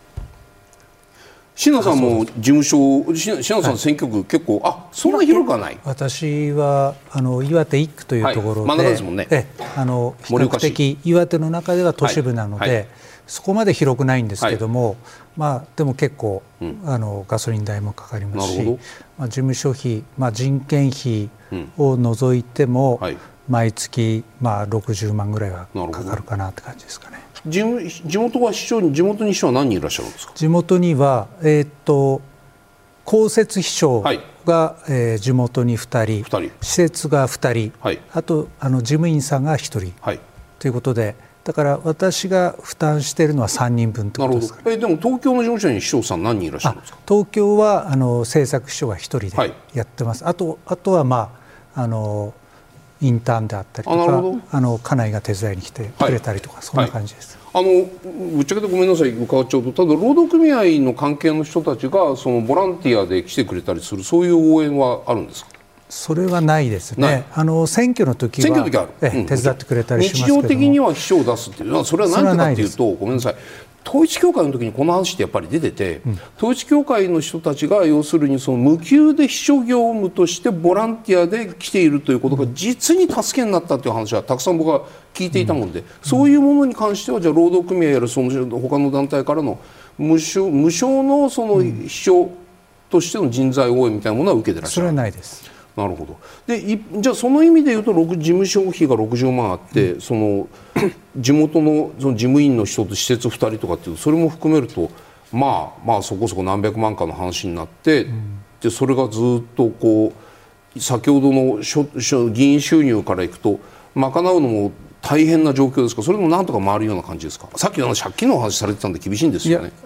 篠田さんも事務所、篠田さん選挙区結構そんな広くはない。 私は岩手1区というところで、 真ん中ですもんね。 比較的岩手の中では都市部なので、そこまで広くないんですけども、でも結構ガソリン代もかかりますし、事務所費、人件費を除いても毎月60万ぐらいはかかるかなって感じですかね。 地元に秘書は何人いらっしゃるんですか。 地元には、公設秘書が、地元に2人、施設が2人、あと事務員さんが1人、ということで、だから私が負担しているのは3人分ということですかね。 でも東京の事務所に秘書さん何人いらっしゃるんですか。 東京は政策秘書が1人でやってます。あとはインターンであったりとか、家内が手伝いに来てくれたりとか、そんな感じです。 ぶっちゃけてごめんなさい、伺っちゃうと、ただ労働組合の関係の人たちがそのボランティアで来てくれたりする、そういう応援はあるんですか。 それはないですね。選挙の時は手伝ってくれたりしますけども、 日常的には秘書を出すっていうのは、それは何でかっていうと、ごめんなさい、統一教会の時にこの話ってやっぱり出てて、統一教会の人たちが要するにその無給で秘書業務としてボランティアで来ているということが実に助けになったという話はたくさん僕は聞いていたもので、そういうものに関してはじゃあ労働組合やらその他の団体からの無償のその秘書としての人材応援みたいなものは受けてらっしゃる。 それはないです。 なるほど。でじゃあその意味でいうと事務所費が60万あって、その地元のその事務員の人と施設2人とかっていうそれも含めるとそこそこ何百万かの話になって、でそれがずっとこう先ほどの議員収入からいくと賄うのも大変な状況ですか。それもなんとか回るような感じですか。さっき借金の話されてたんで厳しいんですよね。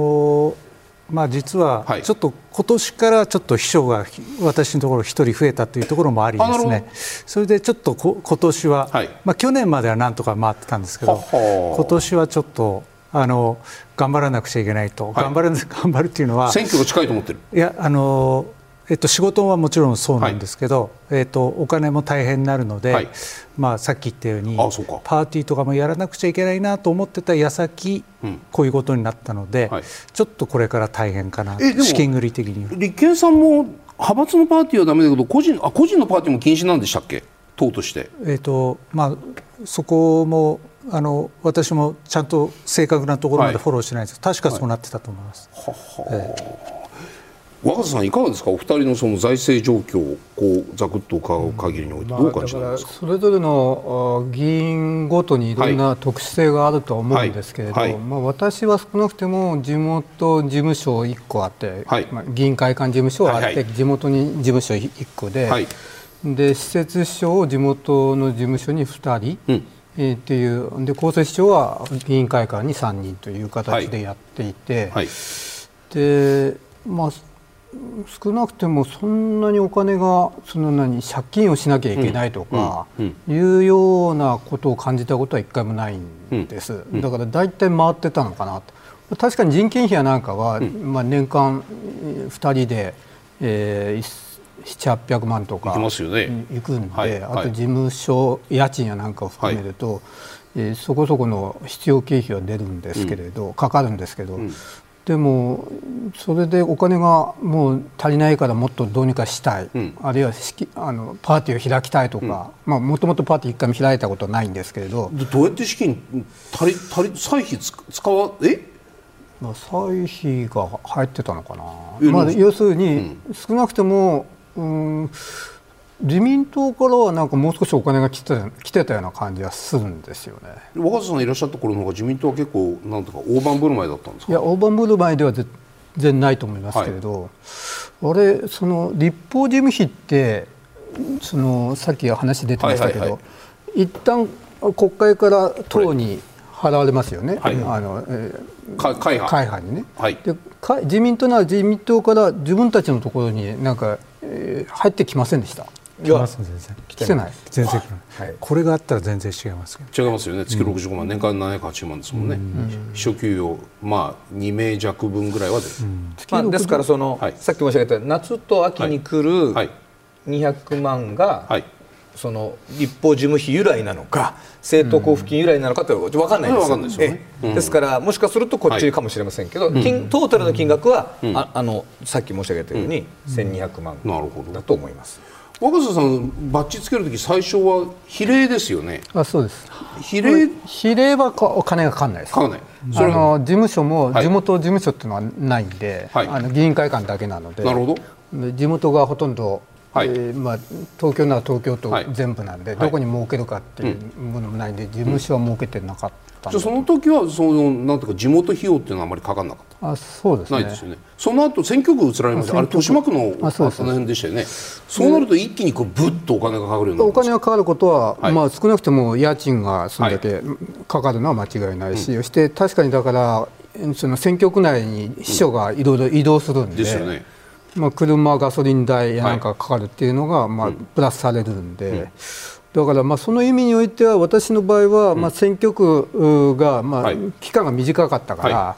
実はちょっと今年からちょっと秘書が私のところ1人増えたというところもありですね。それでちょっと今年は、去年まではなんとか回ってたんですけど、今年はちょっと頑張らなくちゃいけないと、頑張るっていうのは選挙が近いと思ってる。 いや仕事はもちろんそうなんですけど、お金も大変になるので、さっき言ったようにパーティーとかもやらなくちゃいけないなと思ってた矢先、こういうことになったので、ちょっとこれから大変かな、資金繰り的に。 立憲さんも派閥のパーティーはダメだけど個人のパーティーも禁止なんでしたっけ、党として。 そこも私もちゃんと正確なところまでフォローしてないんですけど、確かそうなってたと思います。 若狭さんいかがですか。お二人のその財政状況をこうざくっと伺う限りにおいてどう感じますか。 それぞれの議員ごとにいろんな特殊性があるとは思うんですけれど、私は少なくても地元事務所1個あって、議員会館事務所はあって、地元に事務所1個で、で施設秘書を地元の事務所に2人、っていうで公設秘書は議員会館に3人という形でやっていて、で少なくてもそんなにお金が借金をしなきゃいけないとかいうようなことを感じたことは一回もないんです。だから大体回ってたのかなと。確かに人件費やなんかは、年間2人で、700、800万とかいくんで、あと事務所家賃やなんかを含めると、そこそこの必要経費は出るんですけれど、かかるんですけど、 でもそれでお金がもう足りないからもっとどうにかしたい、あるいはパーティーを開きたいとか、もともとパーティー一回も開いたことはないんですけれど。 どうやって資金歳費使わ歳費が入ってたのかな、要するに、少なくとも自民党からはなんかもう少しお金が来てたような感じがするんですよね。 若狭さんいらっしゃった頃の方が自民党は結構なんとか大盤振る舞いだったんですか。 いや、大盤振る舞いでは全然ないと思いますけれど、その立法事務費ってさっき話出てましたけど、一旦国会から党に払われますよね、会派にね、で自民党なら自民党から自分たちのところになんか、入ってきませんでした。 来ます、全然来てない、 全然来ない、これがあったら全然違いますけど。違いますよね。月65万、年間780万ですもんね。秘書給与2名弱分ぐらいはですからさっき申し上げた夏と秋に来る200万が、その立法事務費由来なのか政党交付金由来なのかって分かんないです。ですからもしかするとこっちかもしれませんけど、トータルの金額はさっき申し上げたように1200万だと思います。 若狭さんバッジつけるとき最初は比例ですよね。 そうです。 比例はお金がかかんないです。事務所も地元事務所っていうのはないんで、議員会館だけなので、地元がほとんど東京なら東京都全部なんで、どこに設けるかっていうものもないんで、事務所は設けてなかった。 じゃあその時はなんていうか地元費用っていうのはあまりかかんなかった。 そうですね。 ないですよね。その後選挙区移られました。あれ豊島区のあの辺でしたよね。そうなると一気にブッとお金がかかるようになるんですか。 お金がかかることは、少なくとも家賃がそれだけかかるのは間違いないし、そして確かにだからその選挙区内に秘書がいろいろ移動するんで。ですよね。車、ガソリン代なんかかかるっていうのがプラスされるんで、だからその意味においては私の場合は選挙区が期間が短かったから、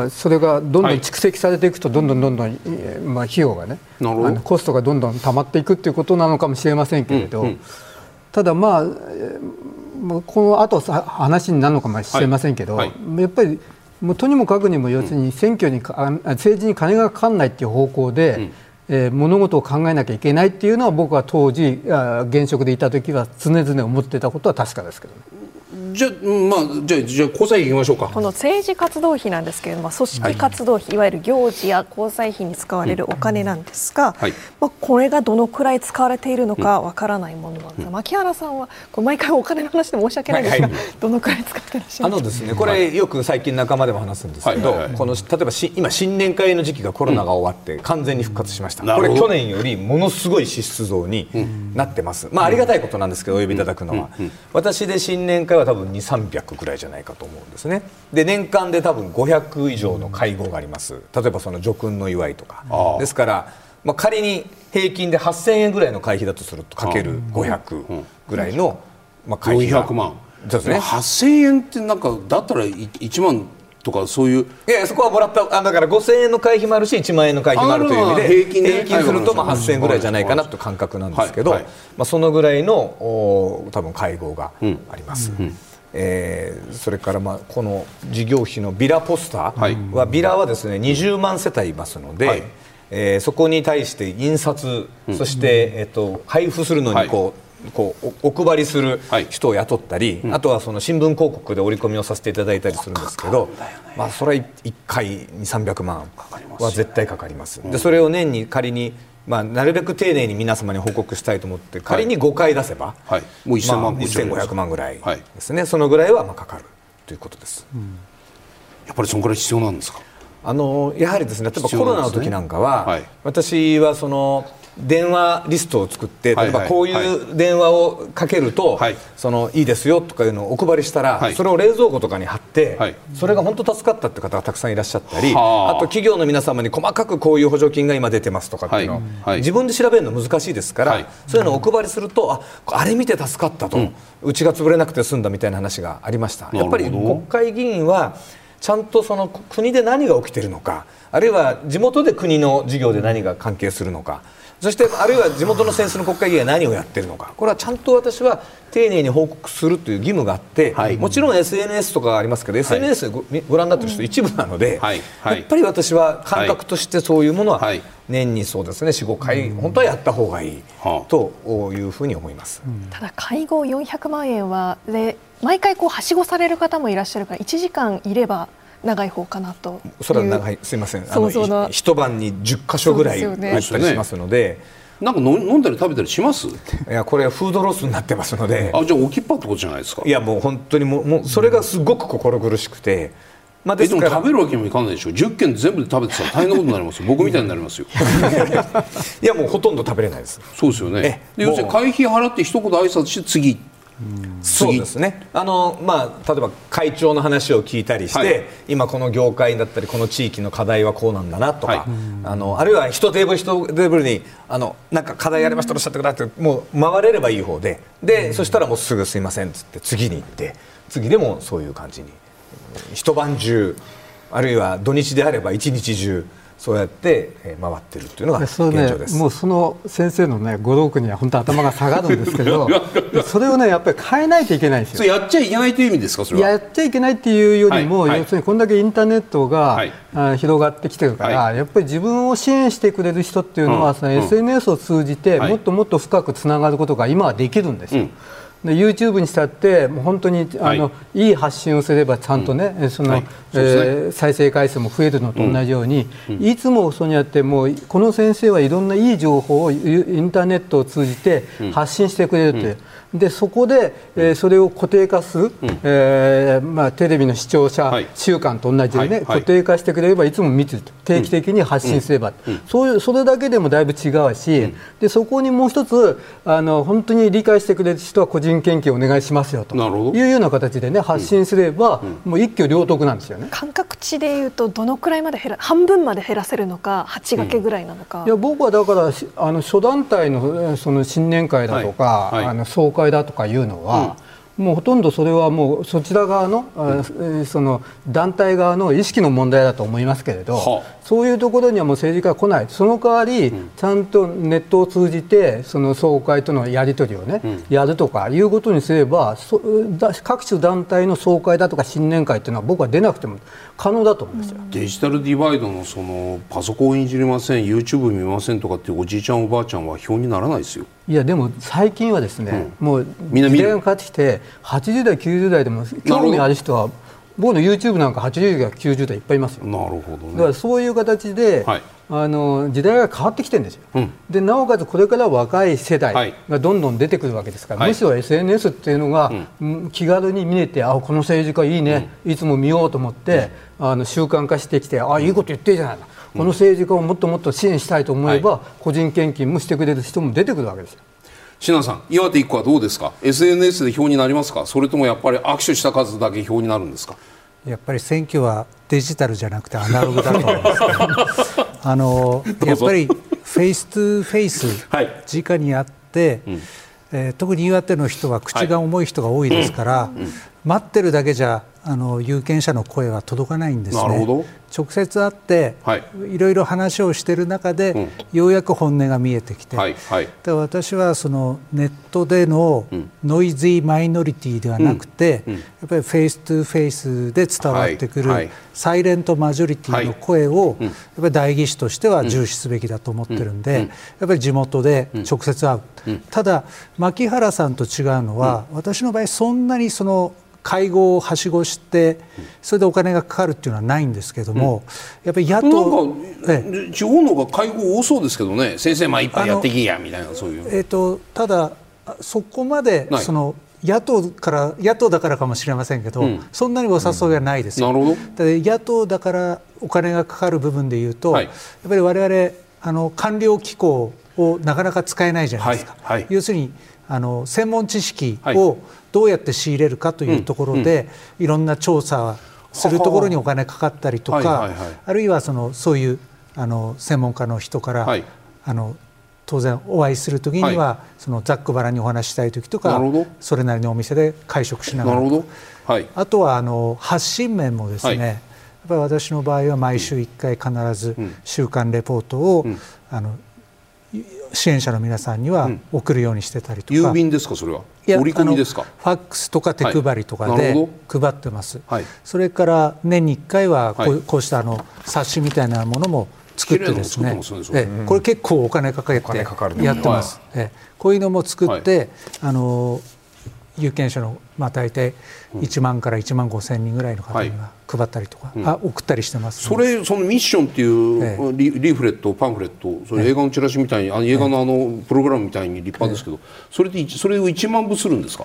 それがどんどん蓄積されていくとどんどん費用がね、コストがどんどん溜まっていくっていうことなのかもしれませんけれど、ただこの後話になるのかもしれませんけど、やっぱりとにもかくにも要するに政治に金がかからないっていう方向で、物事を考えなきゃいけないっていうのは僕は当時現職でいた時は常々思ってたことは確かですけどね。 じゃあ交際費いきましょうか。 この政治活動費なんですけれども、組織活動費、いわゆる行事や交際費に使われるお金なんですが、これがどのくらい使われているのかわからないものなんですが、牧原さんは毎回お金の話で申し訳ないんですが、どのくらい使ってらっしゃるんですか。 ですね、これよく最近仲間でも話すんですけど、例えば今新年会の時期がコロナが終わって完全に復活しました。これ去年よりものすごい支出増になってます。ありがたいことなんですけど、お呼びいただくのは、私で新年会は多分200-300ぐらいじゃないかと思うんですね。で年間で多分500以上の会合があります。例えばその叙勲の祝いとかですから、仮に平均で8000円ぐらいの会費だとするとかける500ぐらいの会費が 400万ですね。8000円ってなんかだったら1万とかそういう。 いや、そこはもらっただから5000円の会費もあるし1万円の会費もあるという意味で平均すると8000円ぐらいじゃないかなという感覚なんですけど、そのぐらいの多分会合があります。それからこの事業費のビラポスターは、ビラはですね20万世帯いますので、そこに対して印刷、そして、配布するのにお配りする人を雇ったり、あとはその新聞広告で折り込みをさせていただいたりするんですけど、それは1回200-300万は絶対かかります。でそれを年に仮になるべく丁寧に皆様に報告したいと思って仮に5回出せば、もう1500万ぐらいですね。そのぐらいはかかるということです。 やっぱりそのぐらい必要なんですか。 やはりですね、例えばコロナの時なんかは、私はその電話リストを作って、例えばこういう電話をかけるといいですよとかいうのをお配りしたら、それを冷蔵庫とかに貼って、それが本当助かったって方がたくさんいらっしゃったり、あと企業の皆様に細かくこういう補助金が今出てますとかっていうのを自分で調べるの難しいですから、そういうのをお配りすると、あれ見て助かったと、うちが潰れなくて済んだみたいな話がありました。やっぱり国会議員はちゃんとその国で何が起きているのか、あるいは地元で国の事業で何が関係するのか、 そしてあるいは地元のセンスの国会議員が何をやってるのか、これはちゃんと私は丁寧に報告するという義務があって、はい、もちろん SNS とかありますけど、はい、SNS でご覧になっている人一部なので、はいはい、やっぱり私は感覚としてそういうものは年にそうですね 4,5 回本当はやった方がいいというふうに思います。 ただ会合400万円はで毎回こうはしごされる方もいらっしゃるから1時間いれば長い方かなと。 それは長い、すいません、一晩に10箇所ぐらいあったりしますので、 なんか飲んだり食べたりします？いや、これはフードロスになってますので。 じゃあ置きっぱってことじゃないですか。 いや、もう本当にもうそれがすごく心苦しくて、 まあ、ですからでも食べるわけにもいかないでしょ。10軒全部で食べてたら大変なことになりますよ。僕みたいになりますよ。 いや、もうほとんど食べれないです。 そうですよね。で要するに会費払って一言挨拶して次。 そうですね。例えば会長の話を聞いたりして、はい、今この業界だったりこの地域の課題はこうなんだなとか、はい、あるいは一テーブルになんか課題ありましたらおっしゃってくださいってもう回れればいい方で、そしたらもうすぐすいませんっつって次に行って、次でもそういう感じに一晩中、あるいは土日であれば一日中そうやって回ってるっていうのが現状です。 もうその先生のね語録には本当頭が下がるんですけどそれをねやっぱり変えないといけないんですよ。 それやっちゃいけないという意味ですか？それはやっちゃいけないっていうよりも、要するにこんだけインターネットが、広がってきてるから、やっぱり自分を支援してくれる人っていうのは、SNS を通じてもっともっと深くつながることが今はできるんですよ。で YouTube にしたってもう本当にいい発信をすればちゃんとね、再生回数も増えるのと同じように、いつもそうやってもうこの先生はいろんないい情報をインターネットを通じて発信してくれるという。でそこで、それを固定化する、テレビの視聴者習慣と同じでね、固定化してくれればいつも見てると、定期的に発信すれば、それだけでもだいぶ違うし、でそこにもう一つ本当に理解してくれる人は個人献金お願いしますよというような形でね発信すれば、もう一挙両得なんですよね。 感覚値でいうとどのくらいまで半分まで減らせるのか、8掛けぐらいなのか。 いや、僕はだから諸団体のその新年会だとか、総会だとかいうのは、もうほとんどそれはもうそちら側の、その団体側の意識の問題だと思いますけれど、そういうところにはもう政治家は来ない。その代わり、ちゃんとネットを通じてその総会とのやり取りをね、やるとかいうことにすれば、各種団体の総会だとか新年会っていうのは僕は出なくても可能だと思いますよ。 デジタルディバイドのそのパソコンいじりません、 YouTube 見ませんとかっていうおじいちゃんおばあちゃんは票にならないですよ。 いやでも最近はですね、もう時代が変わってきて80代90代でも興味ある人は僕の YouTube なんか80代90代いっぱいいますよ。 なるほどね。 だからそういう形で、時代が変わってきてるんですよ。でなおかつこれから若い世代がどんどん出てくるわけですから、むしろ SNS っていうのが、気軽に見れて、この政治家いいね、いつも見ようと思って、習慣化してきて、いいこと言ってるじゃないか、この政治家をもっともっと支援したいと思えば、個人献金もしてくれる人も出てくるわけですよ。 信濃さん、岩手1区はどうですか？ SNS で票になりますか？それともやっぱり握手した数だけ票になるんですか？ やっぱり選挙はデジタルじゃなくてアナログだと思いますけどやっぱりフェイストゥフェイス、直にあって、特に岩手の人は口が重い人が多いですから、待ってるだけじゃ有権者の声は届かないんですね。 なるほど。 直接会って、いろいろ話をしている中で、ようやく本音が見えてきて、で私はそのネットでのノイズーマイノリティではなくて、やっぱりフェイストゥフェイスで伝わってくるサイレントマジョリティの声をやっぱり代議士としては重視すべきだと思ってるんで、やっぱり地元で直接会う。ただ牧原さんと違うのは、私の場合そんなにその会合をはしごしてそれでお金がかかるっていうのはないんですけども、やっぱり野党なんか地方の方が会合多そうですけどね、先生一杯やってきやみたいな、そういう。 ただそこまでその野党だからかもしれませんけど、そんなにお誘いはないですよ。 なるほど。 野党だからお金がかかる部分でいうと、やっぱり我々官僚機構をなかなか使えないじゃないですか。要するに専門知識をどうやって仕入れるかというところで、いろんな調査するところにお金かかったりとか、あるいはそういう専門家の人から、当然お会いするときには、そのざっくばらんにお話ししたいときとか、それなりのお店で会食しながらとか、あとは発信面もですね、やっぱり私の場合は毎週1回必ず週刊レポートを支援者の皆さんには送るようにしてたりとか、 郵便ですか、それは折り込みですか。 ファックスとか手配りとかで配ってます、はい、それから年に1回はこうした冊子みたいなものも作ってですね、これ結構お金かけてやってます、こういうのも作って、有権者の大体1万から1万5千人ぐらいの方には配ったりとか、送ったりしてます、 そのミッションっていうリーフレット、パンフレット、それ映画のチラシみたいに、映画のプログラムみたいに立派ですけど、それを1万部するんですか。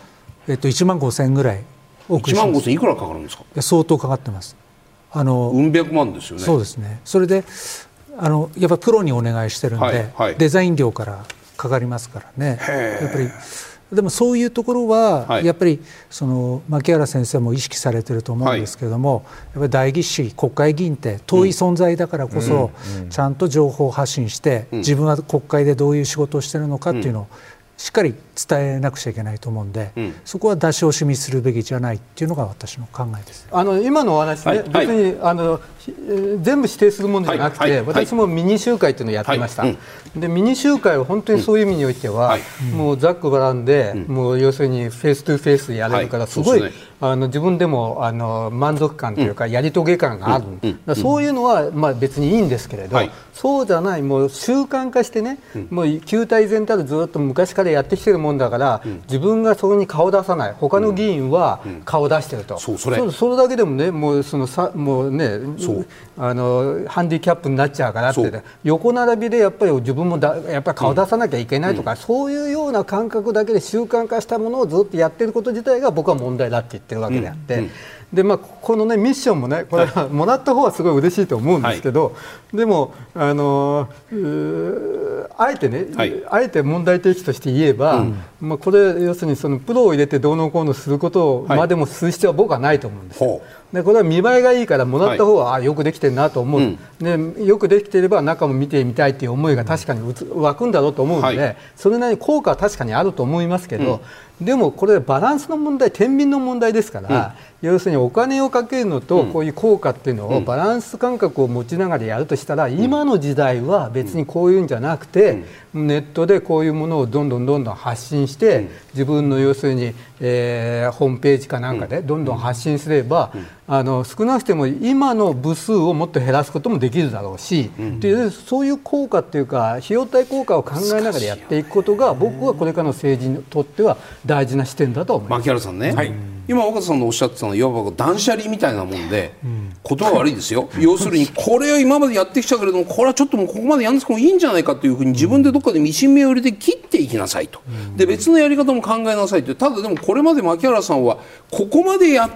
1万5千ぐらい 1万5千いくらかかるんですか。 相当かかってます。 うん百万ですよね。 そうですね。それでやっぱプロにお願いしてるんで、デザイン料からかかりますからね。やっぱりでもそういうところはやっぱり牧原先生も意識されてると思うんですけれども、やっぱり代議士、国会議員って遠い存在だからこそ、ちゃんと情報発信して、自分は国会でどういう仕事をしてるのかっていうのをしっかり伝えなくちゃいけないと思うんで、そこは出し惜しみするべきじゃないっていうのが私の考えです。 今のお話ね、別に全部指定するものじゃなくて、私もミニ集会っていうのをやってました、でミニ集会は本当にそういう意味においては、もうざっくばらんで、もう要するにフェイストゥフェイスでやれるから、すごい自分でも満足感というか、やり遂げ感がある、そういうのは別にいいんですけれど、そうじゃない、もう習慣化してね、もう旧態依然たるずっと昔からやってきてるもんだから、自分がそこに顔出さない、他の議員は顔出してると、それだけでもね、もうね、ハンディキャップになっちゃうからって、横並びでやっぱり自分もやっぱり顔出さなきゃいけないとか、そういうような感覚だけで習慣化したものをずっとやっていること自体が僕は問題だって言ってるわけであって、でこのねミッションもね、これはもらった方はすごい嬉しいと思うんですけど、でもあえてね、あえて問題提起として言えば、これ要するにプロを入れてどうのこうのすることまでもする必要は僕はないと思うんですよ。でこれは見栄えがいいからもらった方は、よくできてるなと思う、でよくできていれば中も見てみたいという思いが確かに湧くんだろうと思うので、それなりに効果は確かにあると思いますけど、でもこれバランスの問題、天秤の問題ですから、要するにお金をかけるのとこういう効果っていうのをバランス感覚を持ちながらやるとしたら、今の時代は別にこういうんじゃなくて、ネットでこういうものをどんどん発信して、自分の要するに、ホームページかなんかでどんどん発信すれば、少なくても今の部数をもっと減らすこともできるだろうし、でそういう効果っていうか費用対効果を考えながらやっていくことが、僕はこれからの政治にとっては大事な視点だと思います。 牧原さんね、今若狭さんのおっしゃってたのは、いわば断捨離みたいなもんで、言葉悪いですよ、要するにこれを今までやってきたけれども、これはちょっともうここまでやんなくてもいいんじゃないかというふうに自分でどっかでミシン目を入れて切っていきなさいと、で別のやり方も考えなさいと。ただでもこれまで牧原さんはここまでや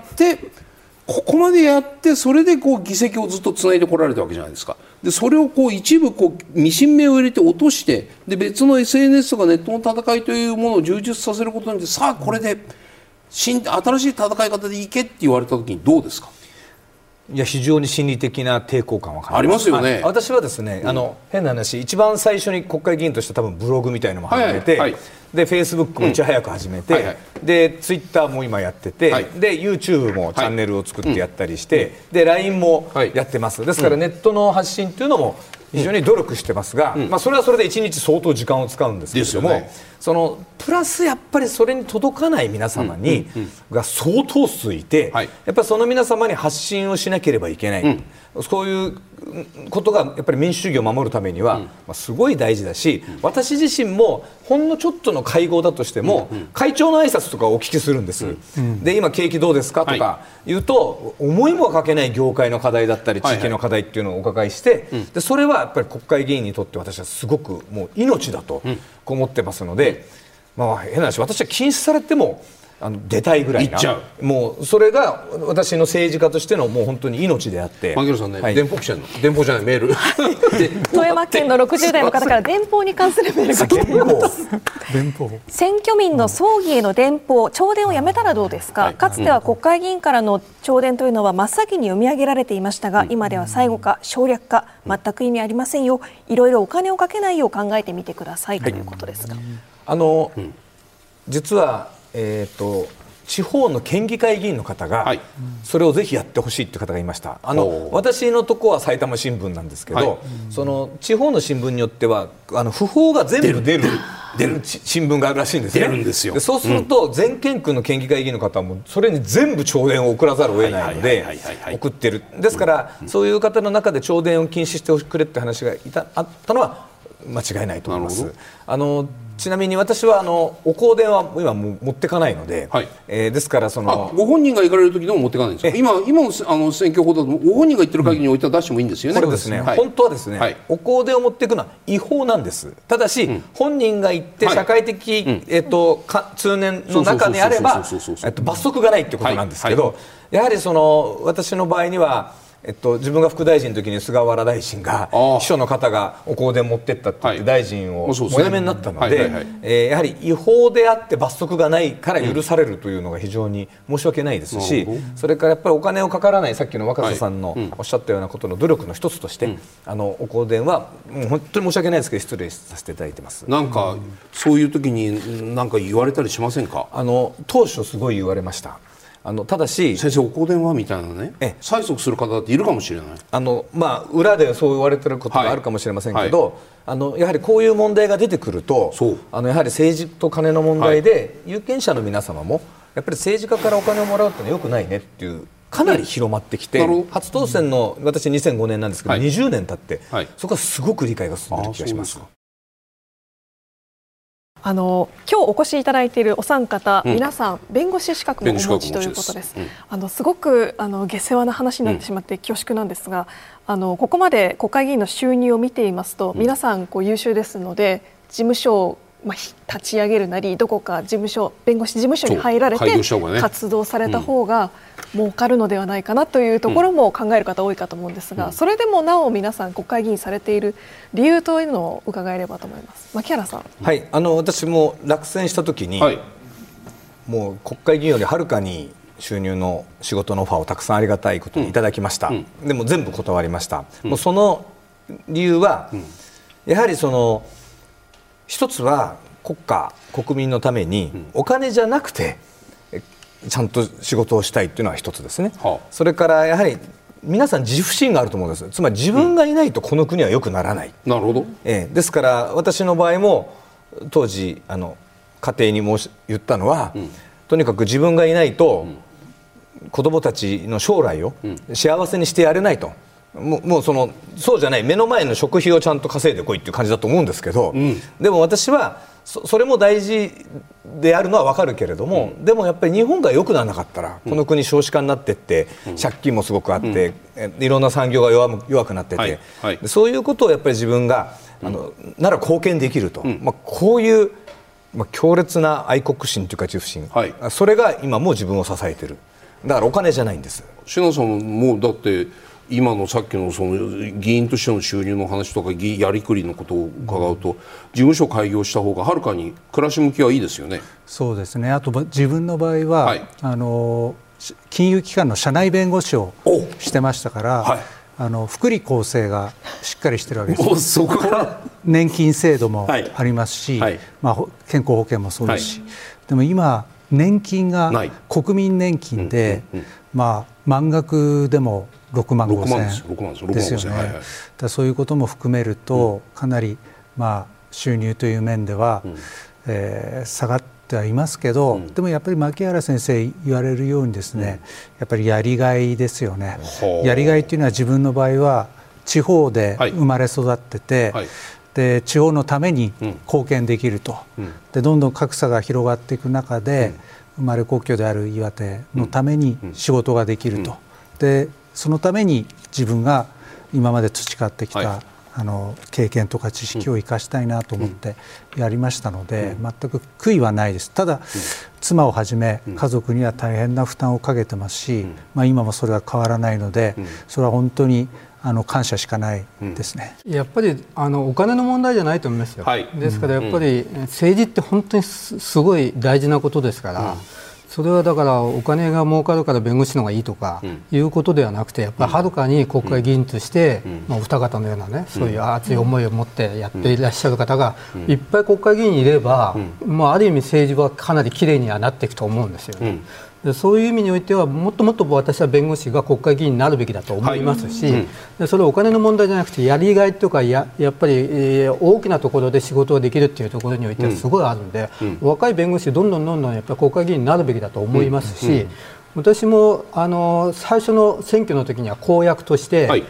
ってそれで議席をずっとつないでこられたわけじゃないですか。でそれを一部ミシン目を入れて落として、で別の SNS とかネットの戦いというものを充実させることによって、さあこれで新しい戦い方でいけって言われた時にどうですか。 いや、非常に心理的な抵抗感は感じます。 ありますよね。 私はですね、変な話、一番最初に国会議員として多分ブログみたいなのも始めて、でフェイスブックもいち早く始めて、でツイッターも今やってて、で YouTube もチャンネルを作ってやったりして、で LINE もやってます。ですからネットの発信っていうのも非常に努力してますが、それはそれで1日相当時間を使うんですけれども、プラスやっぱりそれに届かない皆様にが相当数いて、やっぱりその皆様に発信をしなければいけない、そういうことがやっぱり民主主義を守るためにはすごい大事だし、私自身もほんのちょっとの会合だとしても会長の挨拶とかお聞きするんです。で今景気どうですかとか言うと、思いもかけない業界の課題だったり地域の課題っていうのをお伺いして、でそれはやっぱり国会議員にとって私はすごくもう命だと思ってますので、変な話、私は禁止されても出たいぐらいな、もうそれが私の政治家としてのもう本当に命であって。 牧野さんね、電報来ちゃうの、電報じゃないメール富山県の60代の方から電報に関するメールが来ています。選挙民の葬儀への電報、弔電をやめたらどうですか。かつては国会議員からの弔電というのは真っ先に読み上げられていましたが、今では最後か省略か全く意味ありませんよ、いろいろお金をかけないよう考えてみてくださいということですが、 実は地方の県議会議員の方がそれをぜひやってほしいという方がいました。私のとこは埼玉新聞なんですけど、その地方の新聞によっては訃報が全部出る新聞があるらしいんですね。 出るんですよ。 そうすると全県区の県議会議員の方もそれに全部弔電を送らざるを得ないので送ってる。ですからそういう方の中で弔電を禁止してくれって話があったのは間違いないと思います。ちなみに私はお香典は今もう持ってかないので、ですからご本人が行かれる時でも持ってかないんですか。今の選挙法だとご本人が言ってる限りに置いたら出してもいいんですよね。 これですね、本当はですね、お香典を持っていくのは違法なんです。ただし、本人が行って社会的通念の中であれば罰則がないってことなんですけど、やはり私の場合には自分が副大臣の時に菅原大臣が秘書の方がお香典持ってったって言って大臣をお辞めになったので、やはり違法であって罰則がないから許されるというのが非常に申し訳ないですし、それからやっぱりお金をかからない、さっきの若狭さんのおっしゃったようなことの努力の一つとしてお香典はもう本当に申し訳ないですけど失礼させていただいてます。 なんかそういう時に何か言われたりしませんか。 当初すごい言われました。ただし先生お香典はみたいなね、催促する方だっているかもしれない。 裏でそう言われてることがあるかもしれませんけど、やはりこういう問題が出てくるとやはり政治と金の問題で、有権者の皆様もやっぱり政治家からお金をもらうってのはよくないねっていうかなり広まってきて、初当選の私2005年なんですけど、20年経って、そこはすごく理解が進んでる気がします。 今日お越しいただいているお三方、皆さん弁護士資格もお持ちということです。すごく下世話な話になってしまって恐縮なんですが、ここまで国会議員の収入を見ていますと、皆さん優秀ですので事務所を立ち上げるなり、どこか弁護士事務所に入られて活動された方が儲かるのではないかなというところも考える方多いかと思うんですが、それでもなお皆さん国会議員されている理由というのを伺えればと思います。牧原さん。 はい、私も落選した時に、もう国会議員よりはるかに収入の仕事のオファーをたくさんありがたいことにいただきました。でも全部断りました。もうその理由は、やはり一つは国民のためにお金じゃなくてちゃんと仕事をしたいというのは一つですね。それからやはり皆さん自負心があると思うんです。つまり自分がいないとこの国は良くならない。 なるほど。 ですから私の場合も当時家庭に言ったのは、とにかく自分がいないと子どもたちの将来を幸せにしてやれないと。もうそうじゃない、目の前の食費をちゃんと稼いでこいっていう感じだと思うんですけど、でも私はそれも大事であるのは分かるけれども、でもやっぱり日本が良くならなかったら、この国少子化になっていって、借金もすごくあって、いろんな産業が弱くなってて、そういうことをやっぱり自分がなら貢献できると、こういう強烈な愛国心というか自負心、それが今も自分を支えてる。だからお金じゃないんです。 篠田さんもだって今のさっきの議員としての収入の話とかやりくりのことを伺うと、事務所開業した方がはるかに暮らし向きはいいですよね。 そうですね。あと自分の場合は、金融機関の社内弁護士をしてましたから、福利厚生がしっかりしてるわけです。 そこから年金制度もありますし、健康保険もそうですし、でも今年金が国民年金で、満額でも6万5千円ですよね。そういうことも含めると、かなり収入という面では下がってはいますけど、でもやっぱり牧原先生言われるようにですね、やっぱりやりがいですよね。やりがいというのは自分の場合は地方で生まれ育ってて、で地方のために貢献できると、でどんどん格差が広がっていく中で、生まれ故郷である岩手のために仕事ができると、でそのために自分が今まで培ってきた経験とか知識を生かしたいなと思ってやりましたので、全く悔いはないです。ただ妻をはじめ家族には大変な負担をかけてますし、今もそれは変わらないので、それは本当に感謝しかないですね。 やっぱりお金の問題じゃないと思いますよ。ですからやっぱり政治って本当にすごい大事なことですから、 それはだからお金が儲かるから弁護士の方がいいとかいうことではなくて、やっぱりはるかに国会議員として、お二方のようなね、そういう熱い思いを持ってやっていらっしゃる方がいっぱい国会議員にいれば、ある意味政治はかなりきれいにはなっていくと思うんですよね。でそういう意味においてはもっともっと私は弁護士が国会議員になるべきだと思いますし、でそれはお金の問題じゃなくてやりがいとか やっぱり、大きなところで仕事をできるというところにおいてはすごいあるので、若い弁護士どんどんやっぱり国会議員になるべきだと思いますし、私も最初の選挙の時には公約として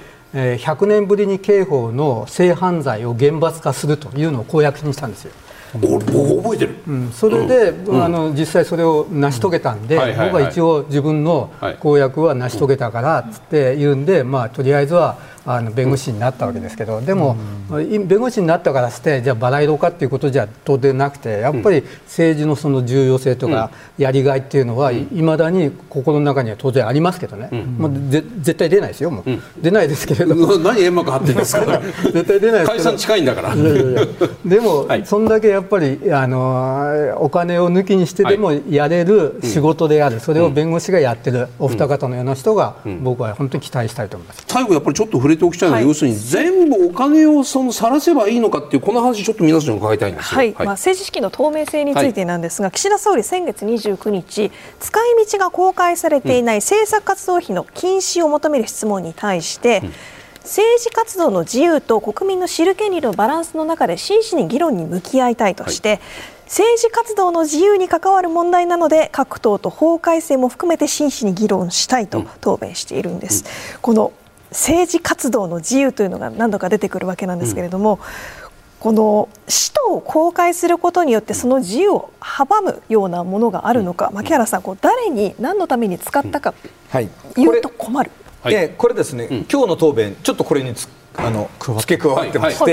、100年ぶりに刑法の性犯罪を厳罰化するというのを公約にしたんですよ。 覚えてる、 それで、実際それを成し遂げたんで、僕は一応自分の公約は成し遂げたからって言うんで、とりあえずは弁護士になったわけですけど、でも、弁護士になったからしてじゃあバラ色かっていうことじゃ当然なくて、やっぱり政治のその重要性とかやりがいっていうのはいまだに心の中には当然ありますけどね、もう絶対出ないですよ、もう、出ないですけれども何煙幕張ってるんですか絶対出ないですけど、 解散近いんだからでも、そんだけやっぱりお金を抜きにしてでもやれる仕事である、それを弁護士がやってるお二方のような人が僕は本当に期待したいと思います。 最後やっぱりちょっと触れておきたいのは、要するに全部お金をさらせばいいのかっていうこの話ちょっと皆さんに伺いたいんですよ。 政治資金の透明性についてなんですが、岸田総理先月29日使い道が公開されていない政策活動費の禁止を求める質問に対して、政治活動の自由と国民の知る権利のバランスの中で真摯に議論に向き合いたいとして、政治活動の自由に関わる問題なので各党と法改正も含めて真摯に議論したいと答弁しているんです。この政治活動の自由というのが何度か出てくるわけなんですけれども、この使途を公開することによってその自由を阻むようなものがあるのか、牧原さん、誰に何のために使ったか言うと困る。 これですね、今日の答弁ちょっとこれに付け加わってまして、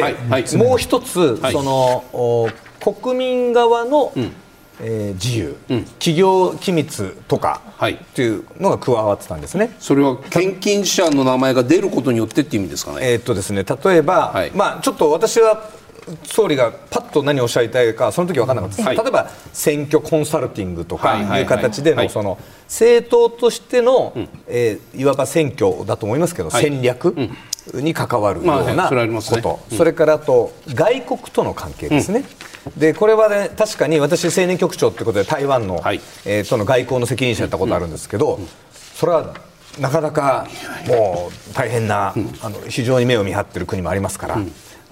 もう一つその国民側の自由、企業機密とかというのが加わってたんですね。 それは献金者の名前が出ることによってっていう意味ですかね。 ですね、例えば、ちょっと私は総理がパッと何をおっしゃりたいかその時分からなかったです、例えば選挙コンサルティングとかいう形でのその政党としてのいわば選挙だと思いますけど、戦略に関わるようなこと、それからあと外国との関係ですね。でこれはね、確かに私青年局長ということで台湾のとの外交の責任者やったことあるんですけど、それはなかなかもう大変な非常に目を見張っている国もありますから、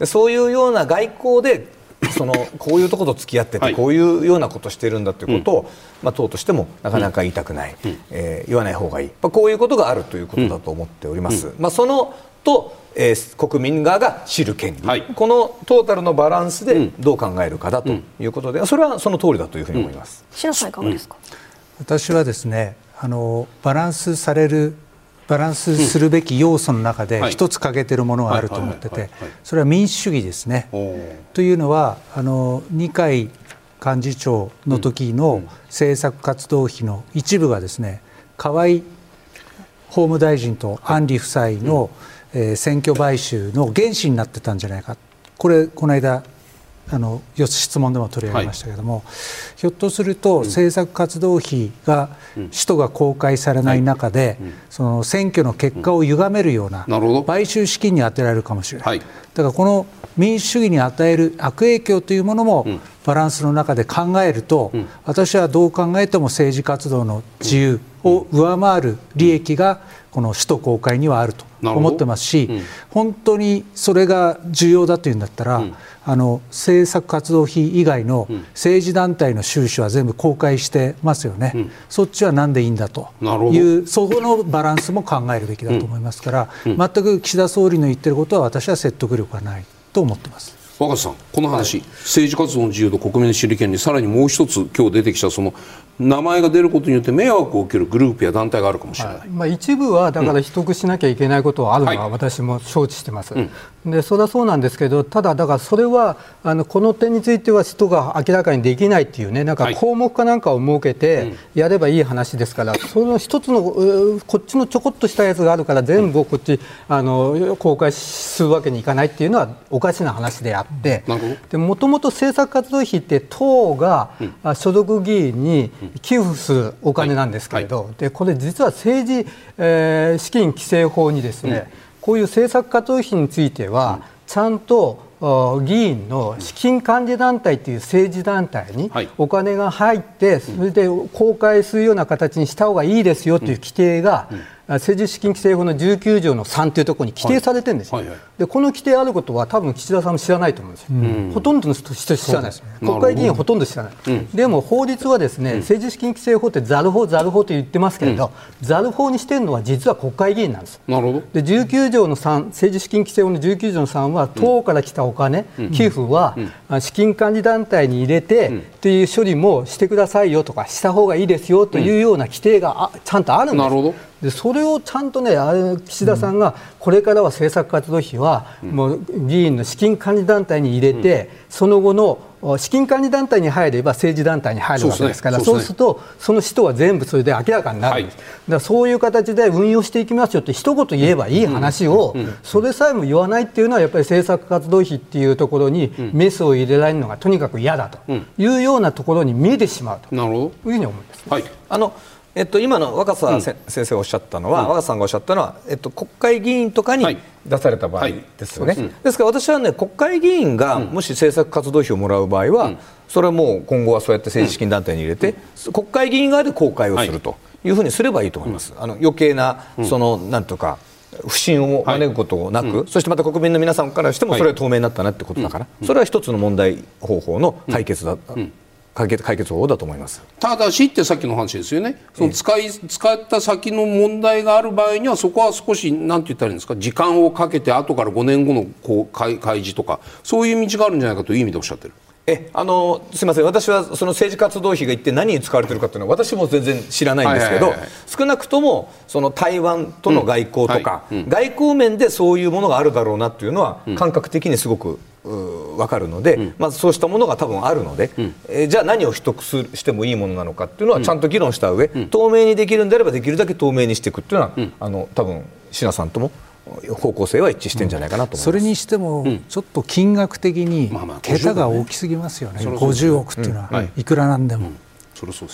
そういうような外交でこういうところと付き合ってて、こういうようなことをしているんだということを、党としてもなかなか言いたくない、言わない方がいい、こういうことがあるということだと思っております。そのと国民側が知る権利、このトータルのバランスでどう考えるかだということで、それはその通りだというふうに思います。 篠さんいかがですか。 私はですね、バランスするべき要素の中で一つ欠けているものがあると思ってて、それは民主主義ですね。というのは二階幹事長の時の政策活動費の一部がですね、河井法務大臣と安里夫妻の選挙買収の原資になってたんじゃないか、この間質問でも取り上げましたけれども、ひょっとすると政策活動費が使途が公開されない中で、その選挙の結果を歪めるような買収資金に充てられるかもしれない。だからこの民主主義に与える悪影響というものもバランスの中で考えると、私はどう考えても政治活動の自由を上回る利益がこの使途公開にはあると思ってますし、本当にそれが重要だというんだったら、政策活動費以外の政治団体の収支は全部公開してますよね。そっちはなんでいいんだという、そこのバランスも考えるべきだと思いますから、全く岸田総理の言ってることは私は説得力がないと思ってます。 若狭さん、この話、政治活動の自由と国民の知る権利、さらにもう一つ今日出てきたその名前が出ることによって迷惑を受けるグループや団体があるかもしれない、 一部はだから秘匿しなきゃいけないことはあるのは私も承知してます、でそれはそうなんですけど、ただだからそれはこの点については使途が明らかにできないっていうね、なんか項目かなんかを設けてやればいい話ですから、その一つのこっちのちょこっとしたやつがあるから全部こっち公開するわけにいかないっていうのはおかしな話であって、もともと政策活動費って党が所属議員に寄付するお金なんですけれど、でこれ実は政治、資金規正法にですね、こういう政策活動費についてはちゃんと議員の資金管理団体という政治団体にお金が入ってそれで公開するような形にした方がいいですよという規定が政治資金規正法の19条の3というところに規定されてるんですよ。でこの規定あることは多分岸田さんも知らないと思うんですよ。ほとんどの人知らない。国会議員はほとんど知らない。でも法律はですね、政治資金規正法ってザル法と言ってますけれど、ザル法にしてるのは実は国会議員なんです。 なるほど。 で19条の3、政治資金規正法の19条の3は党から来たお金、寄付は資金管理団体に入れてっていう処理もしてくださいよとかした方がいいですよというような規定がちゃんとあるんです。 なるほど。 でそれをちゃんとね、岸田さんがこれからは政策活動費はもう議員の資金管理団体に入れて、その後の資金管理団体に入れば政治団体に入るわけですから、そうするとその使途は全部それで明らかになるんです。だからそういう形で運用していきますよって一言言えばいい話を、それさえも言わないっていうのはやっぱり政策活動費っていうところにメスを入れられるのがとにかく嫌だというようなところに見えてしまうというふうに思います。 今の若狭先生がおっしゃったのは、若狭さんがおっしゃったのは、国会議員とかに出された場合ですよね。ですから私はね、国会議員がもし政策活動費をもらう場合は、それはもう今後はそうやって政治資金団体に入れて、国会議員側で公開をするというふうにすればいいと思います。余計ななんとか不信を招くことなく、そしてまた国民の皆さんからしてもそれは透明になったなってことだから、それは一つの問題方法の解決方法だと思います。 ただしってさっきの話ですよね。その使った先の問題がある場合にはそこは少しなんて言ったらいいんですか、時間をかけて後から5年後の開示とかそういう道があるんじゃないかという意味でおっしゃってる。 すみません、私はその政治活動費が一体何に使われているかというのは私も全然知らないんですけど、少なくともその台湾との外交とか、外交面でそういうものがあるだろうなというのは感覚的にすごく分かるので、まずそうしたものが多分あるので、じゃあ何を取得してもいいものなのかっていうのはちゃんと議論した上、透明にできるんであればできるだけ透明にしていくっていうのは、多分椎名さんとも方向性は一致してるんじゃないかなと思います。 それにしてもちょっと金額的に桁が大きすぎますよね。50億っていうのはいくらなんでも。 それそうです。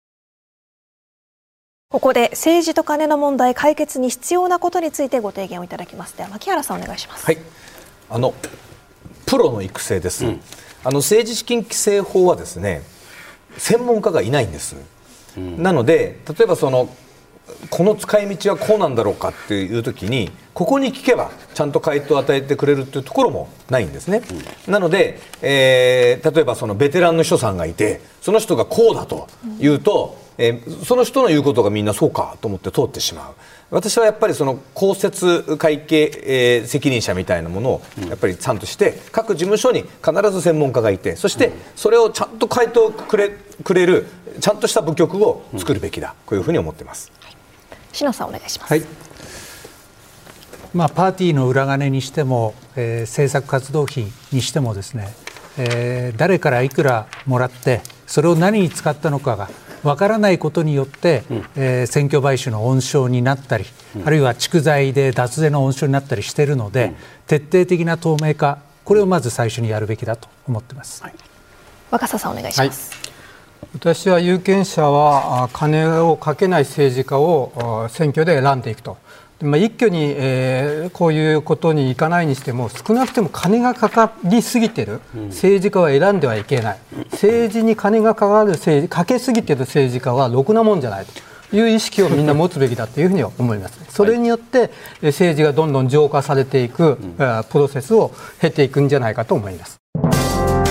ここで政治とカネの問題解決に必要なことについてご提言をいただきます。では牧原さんお願いします。 はい、プロの育成です。政治資金規正法はですね、専門家がいないんです。なので例えばこの使い道はこうなんだろうかっていう時にここに聞けばちゃんと回答を与えてくれるっていうところもないんですね。なので、例えばベテランの秘書さんがいてその人がこうだと言うと、その人の言うことがみんなそうかと思って通ってしまう。私はやっぱり公設会計、責任者みたいなものをやっぱりちゃんとして各事務所に必ず専門家がいて、そしてそれをちゃんと回答くれるちゃんとした部局を作るべきだ、こういうふうに思っています。 篠田さんお願いします。 はい、パーティーの裏金にしても、政策活動費にしてもですね、誰からいくらもらってそれを何に使ったのかがわからないことによって、選挙買収の温床になったり、あるいは蓄財で脱税の温床になったりしているので、徹底的な透明化、これをまず最初にやるべきだと思っています。 若狭さんお願いします。 私は有権者は金をかけない政治家を選挙で選んでいくと。一挙に、こういうことにいかないにしても少なくても金がかかりすぎている政治家は選んではいけない。政治に金がかけすぎている政治家はろくなもんじゃないという意識をみんな持つべきだというふうに思います。それによって政治がどんどん浄化されていくプロセスを経ていくんじゃないかと思います。